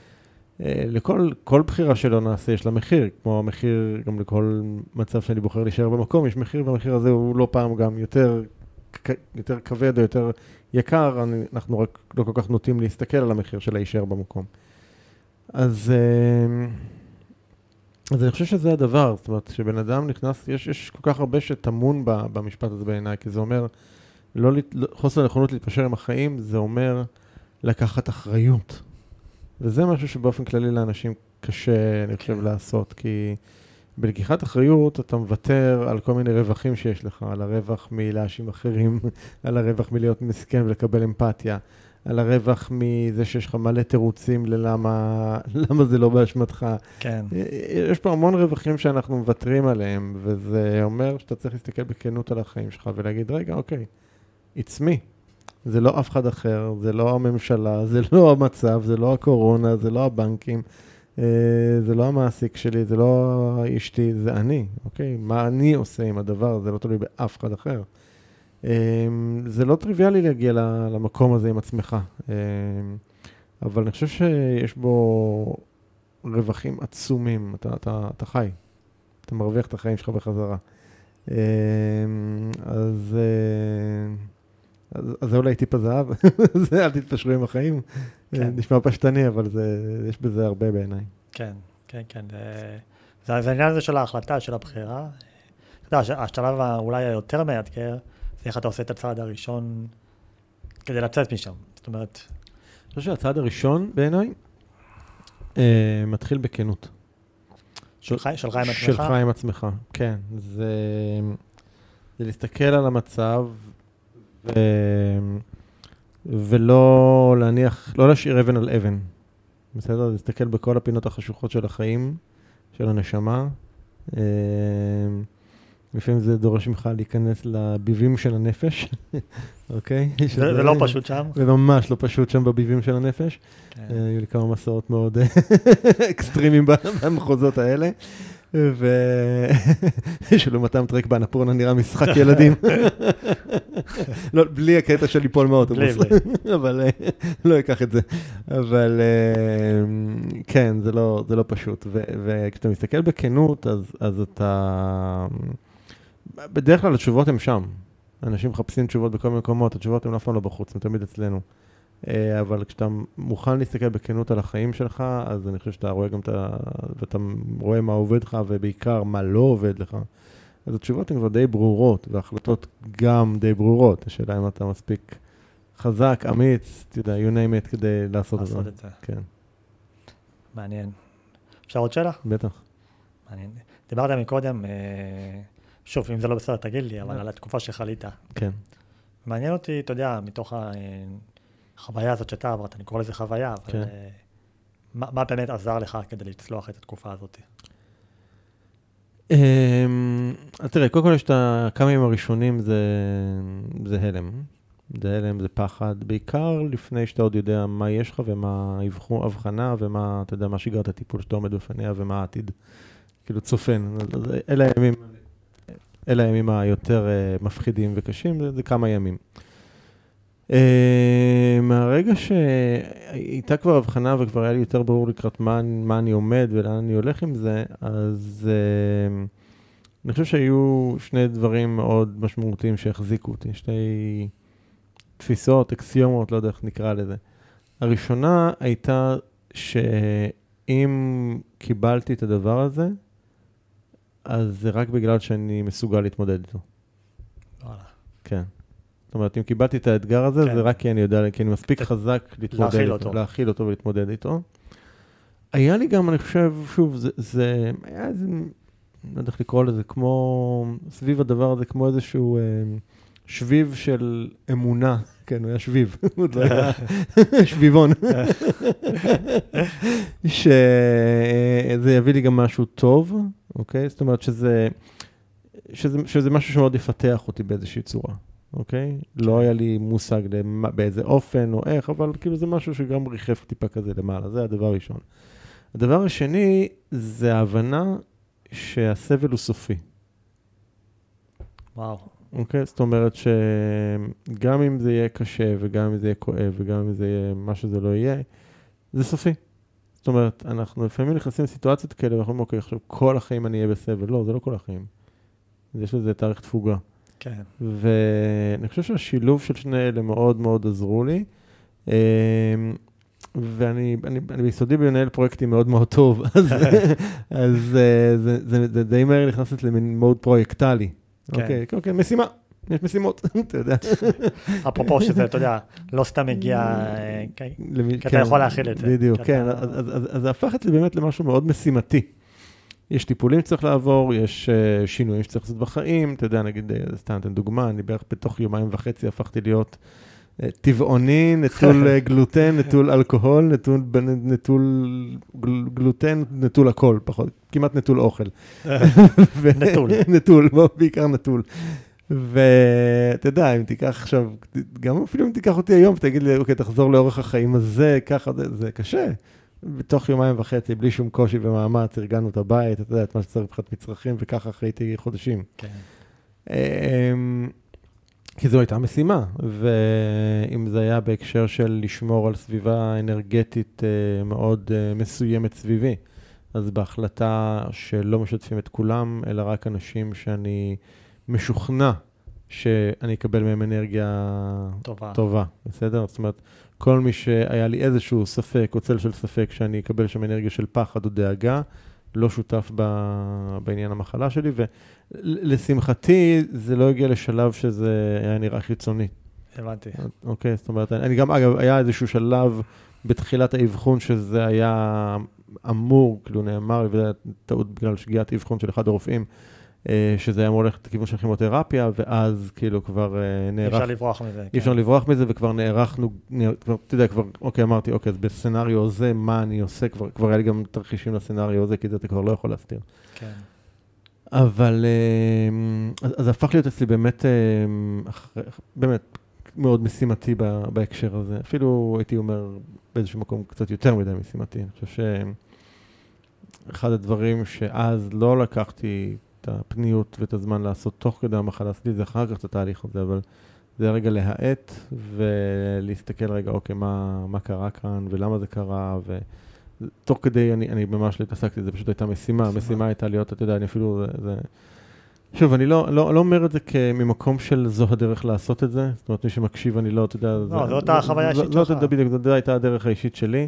כל בחירה שלא נעשה יש לה מחיר, כמו המחיר גם לכל מצב שאני בוחר להישאר במקום, יש מחיר, והמחיר הזה הוא לא פעם גם יותר כבד או יותר יקר, אנחנו רק לא כל כך נוטים להסתכל על המחיר של להישאר במקום. אז אני חושב שזה הדבר, זאת אומרת, שבן אדם נכנס, יש כל כך הרבה שתמון במשפט הזה בעיניי, כי זה אומר, חוסר נכונות להתפשר עם החיים, זה אומר לקחת אחריות. וזה משהו שבאופן כללי לאנשים קשה, אני חושב, לעשות, כי בלקיחת אחריות אתה מוותר על כל מיני רווחים שיש לך, על הרווח מלהאשים אחרים, על הרווח מלהיות מסכן ולקבל אמפתיה, על הרווח מזה שיש לך מלא תירוצים למה זה לא באשמתך. כן. יש פה המון רווחים שאנחנו מוותרים עליהם, וזה אומר שאתה צריך להסתכל בכנות על החיים שלך ולהגיד, רגע, אוקיי, it's me. זה לא אף אחד אחר, זה לא הממשלה, זה לא המצב, זה לא הקורונה, זה לא הבנקים, זה לא המעסיק שלי, זה לא אשתי, זה אני, אוקיי? מה אני עושה עם הדבר הזה, לא תלוי באף אחד אחר. זה לא טריוויאלי להגיע למקום הזה עם עצמך, אבל אני חושב שיש בו רווחים עצומים, אתה חי, אתה מרוויח את החיים שלך בחזרה. אז זה אולי טיפ הזהב, זה אל תתפשרו עם החיים, נשמע פשטני, אבל יש בזה הרבה בעיניי. כן, כן, כן, זה העניין הזה של ההחלטה, של הבחירה. אתה יודע, השלב אולי היותר מאתגר, זה איך אתה עושה את הצעד הראשון כדי לצאת משם. זאת אומרת... אני חושב שהצעד הראשון בעיניי מתחיל בכנות. שלך עם עצמך? שלך עם עצמך, כן. זה להסתכל על המצב ולא להניח, לא להשאיר אבן על אבן. בסדר? להסתכל בכל הפינות החשוכות של החיים, של הנשמה. לפעמים זה דורש ממך להיכנס לביבים של הנפש, אוקיי? זה לא פשוט שם? זה ממש לא פשוט שם בביבים של הנפש. היו לי כמה מסעות מאוד אקסטרימיים במחוזות האלה, שלעומתם טרק באנפורנה נראה משחק ילדים. לא, בלי הקטע של ליפול מהאוטובוס, אבל לא אקח את זה. אבל כן, זה לא פשוט. וכשאתה מסתכל בכנות, אז אתה... בדרך כלל התשובות הן שם. אנשים מחפשים תשובות בכל מיני מקומות, התשובות הן אף פעם לא בחוץ, הן תמיד אצלנו. אבל כשאתה מוכן להסתכל בכנות על החיים שלך, אז אני חושב שאתה רואה גם ואתה רואה מה עובד לך, ובעיקר מה לא עובד לך. אז התשובות הן כבר די ברורות, וההחלטות גם די ברורות. השאלה אם אתה מספיק חזק, אמיץ, אתה יודע, you name it, כדי לעשות את זה. לעשות את זה. כן. מעניין. אפשר עוד שאלה? בטח. מעניין. דיברת מקודם, שוב, אם זה לא בסדר, תגיד לי, אבל על התקופה שחלית. כן. מעניין אותי, אתה יודע, מתוך החוויה הזאת שאתה עברת, אני קורא לזה חוויה, אבל מה באמת עזר לך כדי לצלוח את התקופה הזאת? אז תראה, קודם כל יש את הכמה ימים הראשונים, זה הלם. זה הלם, זה פחד, בעיקר לפני שאתה עוד יודע מה יש לך ומה הבחנה ומה, אתה יודע, מה שגרת הטיפול שאתה עומד בפניה ומה העתיד. כאילו צופן. אלה הימים היותר מפחידים וקשים, זה כמה ימים. מהרגע שהייתה כבר הבחנה וכבר היה לי יותר ברור לקראת מה אני עומד ולאן אני הולך עם זה, אז אני חושב שהיו שני דברים מאוד משמעותיים שהחזיקו אותי, שתי תפיסות, אקסיומות, לא יודע איך נקרא לזה. הראשונה הייתה שאם קיבלתי את הדבר הזה, אז זה רק בגלל שאני מסוגל להתמודד איתו. כן. זאת אומרת, אם קיבלתי את האתגר הזה, זה רק כי אני יודע, כי אני מספיק חזק להכיל אותו ולהתמודד איתו. היה לי גם, אני חושב, שוב, זה היה איזה, לא יודע איך לקרוא לזה, כמו, סביב הדבר הזה, כמו איזשהו שביב של אמונה. כן, הוא היה שביב. הוא היה שביבון. שזה יביא לי גם משהו טוב, אוקיי? זאת אומרת שזה משהו שמאוד יפתח אותי באיזושהי צורה, אוקיי? לא היה לי מושג באיזה אופן או איך, אבל כאילו זה משהו שגם ריחף טיפה כזה למעלה, זה הדבר הראשון. הדבר השני זה ההבנה שהסבל הוא סופי. וואו. אוקיי? זאת אומרת שגם אם זה יהיה קשה וגם אם זה יהיה כואב וגם אם זה יהיה מה שזה לא יהיה, זה סופי. זאת אומרת, אנחנו לפעמים נכנסים לסיטואציות כאלה ואנחנו אומרים, אוקיי, עכשיו כל החיים אני אהיה בסבל. לא, זה לא כל החיים. יש לזה תאריך תפוגה. כן. ואני חושב שהשילוב של שני אלה מאוד מאוד עזרו לי. ואני ביסודי בנהל פרויקטים מאוד מאוד טוב, אז זה די מהר נכנסת למין מוד פרויקטלי. אוקיי, משימה. יש משימות, אתה יודע. אפרופו שזה, אתה יודע, לא סתם מגיע, כי אתה יכול להכיל את זה. בדיוק, כן, אז זה הפך את זה באמת למשהו מאוד משימתי. יש טיפולים שצריך לעבור, יש שינויים שצריך לעשות בחיים, אתה יודע, נגיד, סתם אתן דוגמה, אני בערך בתוך 1.5 ימים הפכתי להיות טבעוני, נטול גלוטן, נטול אלכוהול, נטול גלוטן, נטול הכל, פחות, כמעט נטול אוכל. נטול. נטול, בעיקר נטול. ואתה יודע, אם תיקח עכשיו, גם אפילו אם תיקח אותי היום, ותגיד לי, אוקיי, תחזור לאורך החיים הזה, ככה, זה קשה. בתוך 1.5 ימים, בלי שום קושי ומאמץ, ארגנו את הבית, אתה יודע, את מה שצריך מבחינת מצרכים, וככה חייתי חודשים. כן. כי זו הייתה משימה, ואם זה היה בהקשר של לשמור על סביבה אנרגטית מאוד מסוימת סביבי, אז בהחלטה שלא משתפים את כולם, אלא רק אנשים שאני משוכנע שאני אקבל מהם אנרגיה טובה, בסדר? זאת אומרת, כל מי שהיה לי איזשהו ספק או צל של ספק שאני אקבל שם אנרגיה של פחד או דאגה, לא שותף בעניין המחלה שלי, ולשמחתי זה לא הגיע לשלב שזה היה נראה חיצוני. הבנתי. אוקיי, זאת אומרת, אני גם, אגב, היה איזשהו שלב בתחילת האבחון שזה היה אמור, כאילו נאמר, וזה היה טעות בגלל שגיאת אבחון של אחד הרופאים, שזה היה מולך את הכיוון של כימותרפיה, ואז כאילו כבר נערך... אי אפשר לברוח מזה. אי אפשר לברוח מזה, וכבר נערכנו, אתה יודע, כבר, אוקיי, אמרתי, אוקיי, אז בסצנריו הזה, מה אני עושה? כבר היה לי גם תרחישים לסצנריו הזה, כי זה אתה כבר לא יכול להסתיר. כן. אבל, אז הפך להיות אצלי באמת, באמת מאוד משימתי בהקשר הזה. אפילו הייתי אומר באיזשהו מקום קצת יותר מדי משימתי. אני חושב שאחד הדברים שאז לא לקחתי את הפניות ואת הזמן לעשות תוך כדי המחלה, עשיתי זה אחר כך את התהליך הזה, אבל זה הרגע להאט ולהסתכל רגע, אוקיי, מה קרה כאן ולמה זה קרה, ותוך כדי אני ממש לא התעסקתי, זה פשוט הייתה משימה, המשימה הייתה להיות, אתה יודע, אני אפילו, שוב, אני לא אומר את זה ממקום של זו הדרך לעשות את זה, זאת אומרת, מי שמקשיב, אני לא, אתה יודע, לא, זאת החוויה האישית שלך. זאת הייתה הדרך האישית שלי.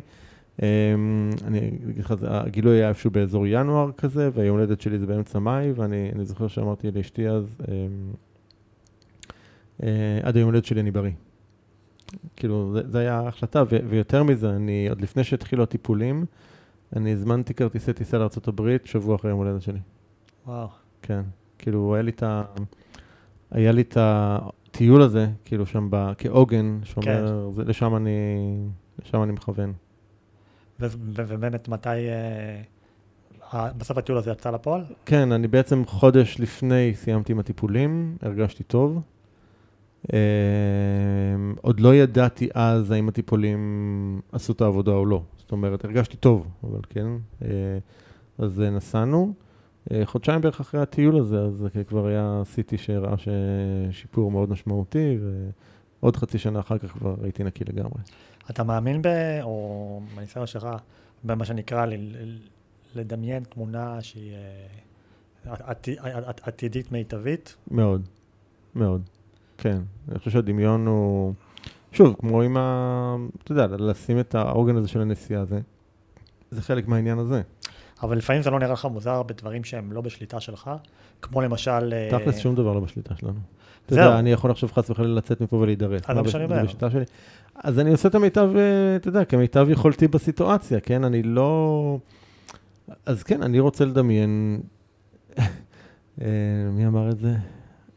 אני אגיד לך, הגילוי היה איפשהו באזור ינואר כזה, והיום הולדת שלי זה באמצע מאי, ואני זוכר שאמרתי לאשתי אז, עד היום הולדת שלי אני בריא. כאילו, זה היה החלטה, ויותר מזה, אני, עוד לפני שהתחילו הטיפולים, אני הזמנתי כרטיסי טיסה לארצות הברית, שבוע אחרי יום הולדת שלי. וואו. כן, כאילו, היה לי את הטיול הזה, כאילו, שם כעוגן, שאומר, לשם אני מכוון. ובאמת, מתי בסוף הטיול הזה יצא לפועל? כן, אני בעצם חודש לפני סיימתי עם הטיפולים, הרגשתי טוב. עוד לא ידעתי אז האם הטיפולים עשו את העבודה או לא. זאת אומרת, הרגשתי טוב, אבל כן. אז נסענו. חודשיים בערך אחרי הטיול הזה, אז כבר היה סיטי שהראה ששיפור מאוד משמעותי, ועוד חצי שנה אחר כך כבר הייתי נקי לגמרי. אתה מאמין או בניסיון שלך, במה שנקרא לדמיין תמונה שהיא עתידית מיטבית? מאוד, מאוד. כן, אני חושב שהדמיון הוא, שוב, כמו עם אתה יודע, לשים את האורגן הזה של הנסיעה הזה, זה חלק מהעניין הזה. אבל לפעמים זה לא נראה לך מוזר בדברים שהם לא בשליטה שלך, כמו למשל... תכלס שום דבר לא בשליטה שלנו. אתה יודע, אני יכול עכשיו חס וחלילה לצאת מפה ולהידרס. אז זה מה שאני אומר. אז אני עושה את המיטב, אתה יודע, כמיטב יכולתי בסיטואציה, כן? אני לא... אז כן, אני רוצה לדמיין... מי אמר את זה?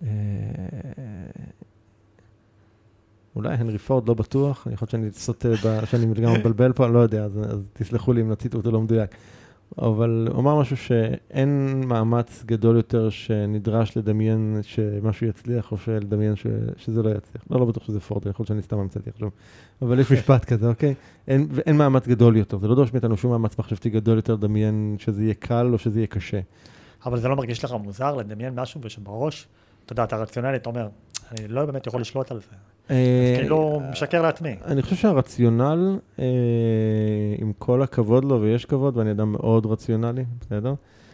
אולי הנרי פורד, לא בטוח. אני חושב שאני סוטה, שאני גם מבלבל פה, אני לא יודע, אז תסלחו לי אם נציטו אותו לא מדויק. אבל אומר משהו שאין מאמץ גדול יותר שנדרש לדמיין שמשהו יצליח, או לדמיין שזה לא יצליח. לא בטוח שזה פורד, אני חושב שאני סתם המצאתי עכשיו. אבל יש משפט כזה, אוקיי? אין מאמץ גדול יותר. זה לא דורש מאיתנו שום מאמץ מחשבתי גדול יותר לדמיין שזה יהיה קל או שזה יהיה קשה. אבל זה לא מרגיש לך מוזר לדמיין משהו ושבראש, אתה יודע, אתה רציונלית, אתה אומר, אני לא באמת יכול לשלוט על זה. אז כאילו משקר לעצמי. אני חושב שהרציונל, עם כל הכבוד לו, ויש כבוד, ואני אדם מאוד רציונלי, בסדר?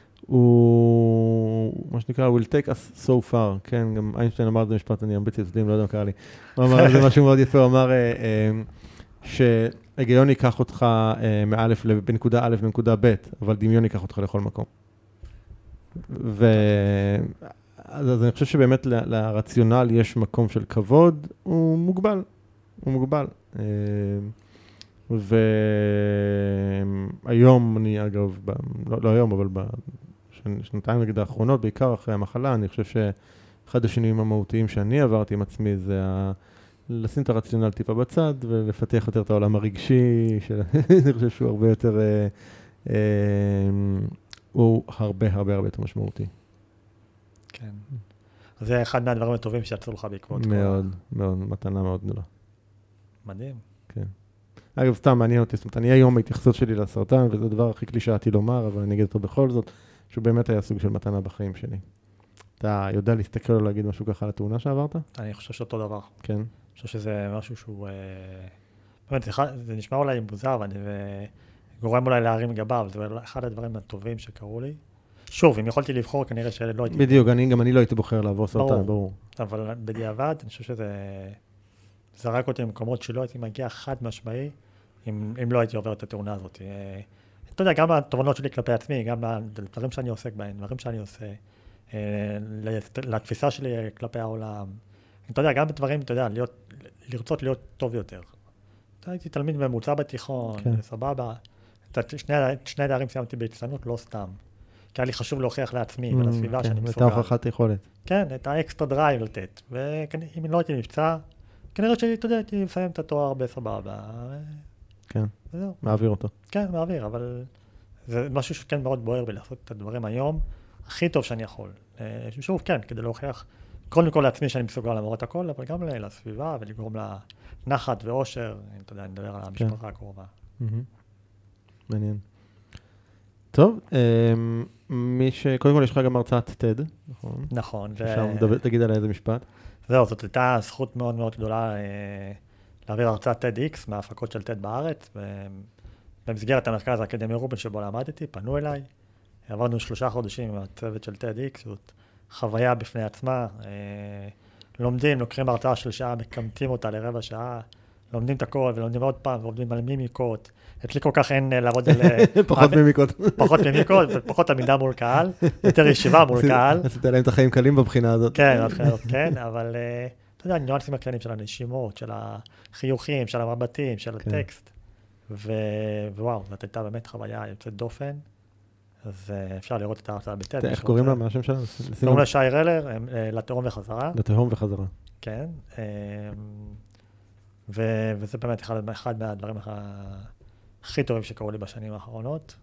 הוא, מה שנקרא, will take us so far, כן? גם איינשטיין אמר את זה משפט, אני אמביץ יצדים, לא יודע מה קרה לי. הוא אמר, זה משהו מאוד יפה, הוא אמר שהגיון ייקח אותך בנקודה א' לנקודה ב', אבל דמיון ייקח אותך לכל מקום. אז אני חושב שבאמת לרציונל יש מקום של כבוד, הוא מוגבל. והיום אני אגב, לא היום, אבל בשנתיים נגד האחרונות, בעיקר אחרי המחלה, אני חושב שאחד השינויים המהותיים שאני עברתי עם עצמי זה לשים את הרציונל טיפה בצד ולפתח יותר את העולם הרגשי, אני חושב שהוא הרבה יותר, הוא הרבה יותר משמעותי. כן. אז זה אחד מהדברים הטובים שיצאו לך בעקבות. מאוד, מתנה מאוד גדולה. מדהים. כן. אגב, סתם מעניין אותי, זאת אומרת, אני היום ההתייחסות שלי לסרטן, וזה הדבר הכי קלישאתי לומר, אבל אני אגיד אותו בכל זאת, שהוא באמת היה סוג של מתנה בחיים שלי. אתה יודע להסתכל או להגיד משהו ככה על התאונה שעברת? אני חושב שאותו דבר. כן. אני חושב שזה משהו שהוא, באמת, זה נשמע אולי מוזר, וגורם אולי להרים גבה, זה אחד הדברים הטובים שקרו לי. שוב, אם יכולתי לבחור, כנראה שלא הייתי... בדיוק, גם אני לא הייתי בוחר לעבור סרטן, ברור. אבל בדיעבד, אני חושב שזה זרק אותי למקומות שלא הייתי מגיע חד משמעי, אם לא הייתי עובר את התאונה הזאת. אתה יודע, גם התובנות שלי כלפי עצמי, גם לדברים שאני עוסק בהם, דברים שאני עושה, לתפיסה שלי כלפי העולם. אתה יודע, גם בדברים, אתה יודע, לרצות להיות טוב יותר. הייתי תלמיד ממוצע בתיכון, סבבה. שני דברים סיימתי בהצטיינות, לא סתם. כי היה לי חשוב להוכיח לעצמי ולסביבה שאני מסוגל. את ההוכחת יכולת. כן, את האקסטרה דרייב לתת. ואם לא הייתי נפצע, כנראה אתה יודע, הייתי מסיים את התואר בסבבה. כן, מעביר אותו. כן, מעביר, אבל זה משהו שכן מאוד בוער בלעשות את הדברים היום, הכי טוב שאני יכול. שוב, כן, כדי להוכיח, קודם כל לעצמי שאני מסוגל למרות הכל, אבל גם לסביבה ולגרום לה נחת ואושר, אתה יודע, אני מדבר על המשפחה הקרובה. מעניין. טוב, קודם כל יש לך גם הרצאת TED, נכון? נכון. תגיד עליה איזה משפט. זהו, זאת הייתה זכות מאוד מאוד גדולה להעביר הרצאת TEDx מההפקות של TED בארץ, במסגרת המרכז האקדמי רובן שבו למדתי, פנו אליי, עברנו 3 חודשים עם הצוות של TEDx, זאת חוויה בפני עצמה, לומדים, לוקחים הרצאה של שעה, מקמטים אותה לרבע שעה, לומדים את הכל ולומדים עוד פעם, ועובדים על מימיקות, אצלי כל כך אין לעבוד על... פחות מימיקות. פחות מימיקות, ופחות עמידה מול קהל, יותר ישיבה מול קהל. עשית להם את החיים קלים בבחינה הזאת. כן, כן, אבל אתה יודע, ניואנסים הקטנים של הנשימות, של החיוכים, של המבטים, של הטקסט, ווואו, זאת הייתה באמת חוויה יוצאת דופן, אז אפשר לראות את ההרצאה בטד. איך קוראים לה? מה השם שלה? קוראים לה שי רלר, לתהום וחזרה. לתהום וחזרה. כן, וזה באמת אחד מהדברים הכי טובים שקרו לי בשנים האחרונות.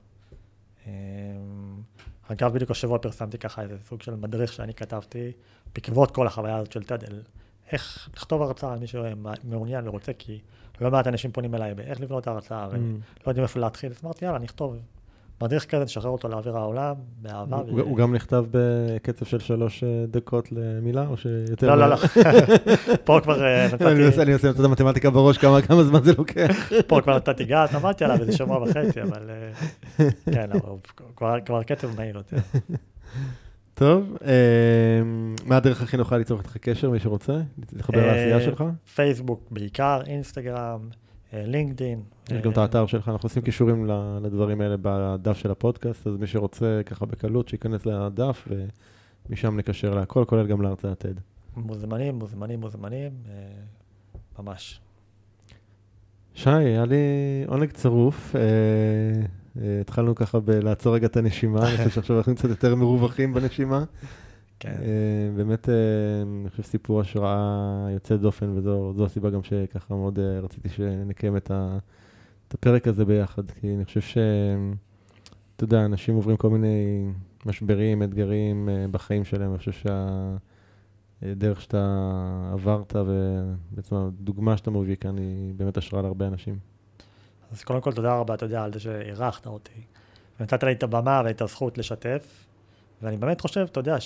אגב, בדיוק השבוע פרסמתי ככה איזה סוג של מדריך שאני כתבתי, בעקבות כל החוויה הזאת של TED, איך לכתוב הרצאה על מי שמעוניין ורוצה, כי לא מעט אנשים פונים אליי באיך לבנות הרצאה, ולא יודעים איפה להתחיל. אז אמרתי, יאללה, נכתוב מדריך כזה, נשחרר אותו לאוויר העולם, באהבה. הוא גם נכתב בקצב של 3 דקות למילה, או שיותר... לא. פה כבר נתתי... אני עושה את המתמטיקה בראש, כמה זמן זה לוקח. פה כבר נתתי גז, עמדתי עליו איזה שבוע וחצי, אבל... כן, כבר קצב מהיר יותר. טוב, מה הדרך הכי נוחה ליצור איתך קשר, מי שרוצה? להתחבר לעשייה שלך? פייסבוק בעיקר, אינסטגרם, לינקדין. יש גם את האתר שלך, אנחנו עושים קישורים לדברים האלה בדף של הפודקאסט, אז מי שרוצה ככה בקלות, שיכנס לדף, ומשם נקשר להכל, כולל גם להרצאת TED. מוזמנים, ממש. שי, היה לי עונג צרוף. התחלנו ככה לעצור רגע את הנשימה, אני חושב שעכשיו אנחנו קצת יותר מרווחים בנשימה. כן. באמת, אני חושב סיפור השראה יוצא דופן, וזו הסיבה גם שככה מאוד רציתי שנקיים את הפרק הזה ביחד, כי אני חושב אתה יודע, אנשים עוברים כל מיני משברים, אתגרים בחיים שלהם, אני חושב שהדרך שאתה עברת, ובעצם הדוגמה שאתה מוביל כאן היא באמת השראה להרבה אנשים. אז קודם כל תודה רבה, אתה יודע, על זה שאירחת אותי, ונתת לי את הבמה ואת הזכות לשתף, ואני באמת חושב, אתה יודע,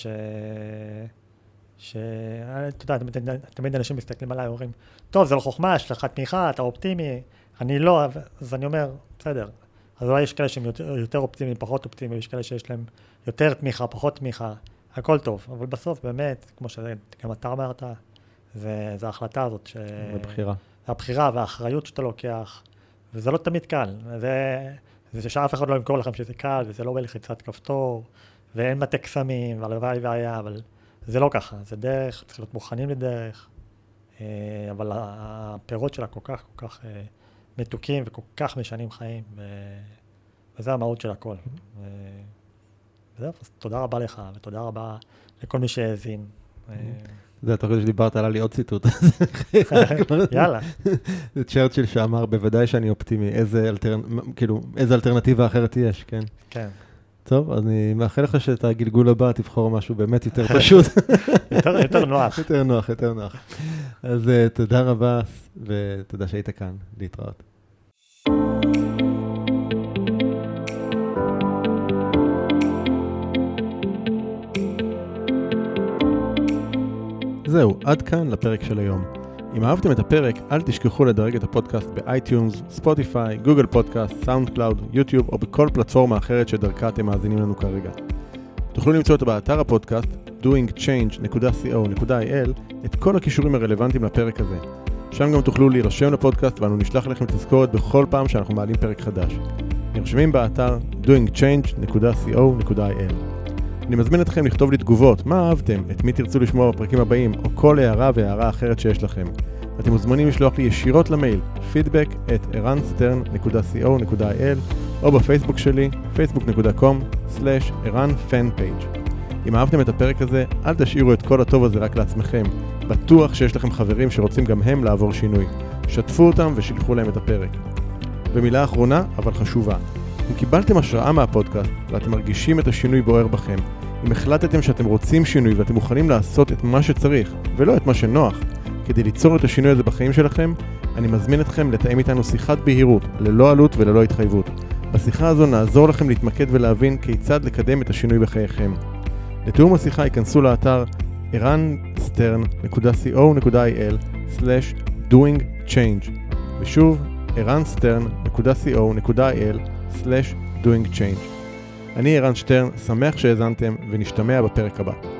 אתה יודע, תמיד אנשים מסתכלים עליי, אומרים, טוב, זה לא חוכמה, יש לך תמיכה, אתה אופטימי, אני לא, אז אני אומר, בסדר. אז אולי יש כאלה שהם יותר אופטימיים, פחות אופטימיים, יש כאלה שיש להם יותר תמיכה, פחות תמיכה, הכל טוב, אבל בסוף באמת, כמו שגם אתה אמרת, זה ההחלטה הזאת, הבחירה והאחריות שאתה לוקח, וזה לא תמיד קל, זה שאף אחד לא ימכור לכם שזה קל, וזה לא בלחיצת כפתור, ואין מטה קסמים, והלוואי והיה, אבל זה לא ככה, זה דרך, צריך להיות מוכנים לדרך, אבל הפירות שלה כל כך מתוקים וכל כך משנים חיים, וזה המהות של הכל. וזהו, אז תודה רבה לך, ותודה רבה לכל מי שהאזין. זה, אתה חושב שדיברת, עלה לי עוד ציטוט. יאללה. זה צ'רצ'יל שאמר, בוודאי שאני אופטימי, איזה אלטרנטיבה אחרת יש, כן? כן. טוב, אז אני מאחל לך שאת הגלגול הבא תבחור משהו באמת יותר פשוט. יותר נוח. יותר נוח. אז תודה רבה, ותודה שהיית כאן, להתראות. זהו, עד כאן לפרק של היום. אם אהבתם את הפרק, אל תשכחו לדרג את הפודקאסט באייטיונס, ספוטיפיי, גוגל פודקאסט, סאונד קלאוד, יוטיוב או בכל פלטפורמה אחרת שדרכה אתם מאזינים לנו כרגע. תוכלו למצוא אותו באתר הפודקאסט doingchange.co.il את כל הכישורים הרלוונטיים לפרק הזה. שם גם תוכלו להירשם לפודקאסט ואנו נשלח לכם תזכורת בכל פעם שאנחנו מעלים פרק חדש. נרשמים באתר doingchange.co.il. אני מזמין אתכם לכתוב לי תגובות, מה אהבתם, את מי תרצו לשמוע בפרקים הבאים, או כל הערה והערה אחרת שיש לכם. אתם מוזמנים לשלוח לי ישירות למייל, feedback@eranstern.co.il, או בפייסבוק שלי, facebook.com/eranfanpage. אם אהבתם את הפרק הזה, אל תשאירו את כל הטוב הזה רק לעצמכם. בטוח שיש לכם חברים שרוצים גם הם לעבור שינוי. שתפו אותם ושילחו להם את הפרק. ומילה אחרונה, אבל חשובה. אם קיבלתם השראה מהפודקאסט ואתם מרגישים את השינוי בוער בכם, אם החלטתם שאתם רוצים שינוי ואתם מוכנים לעשות את מה שצריך ולא את מה שנוח, כדי ליצור את השינוי הזה בחיים שלכם, אני מזמין אתכם לתאם איתנו שיחת בהירות, ללא עלות וללא התחייבות. בשיחה הזו נעזור לכם להתמקד ולהבין כיצד לקדם את השינוי בחייכם. לתיאום השיחה ייכנסו לאתר eranstern.co.il/doingchange ושוב eranstern.co.il/doingchange. אני ערן שטרן, שמח שהאזנתם ונשתמע בפרק הבא.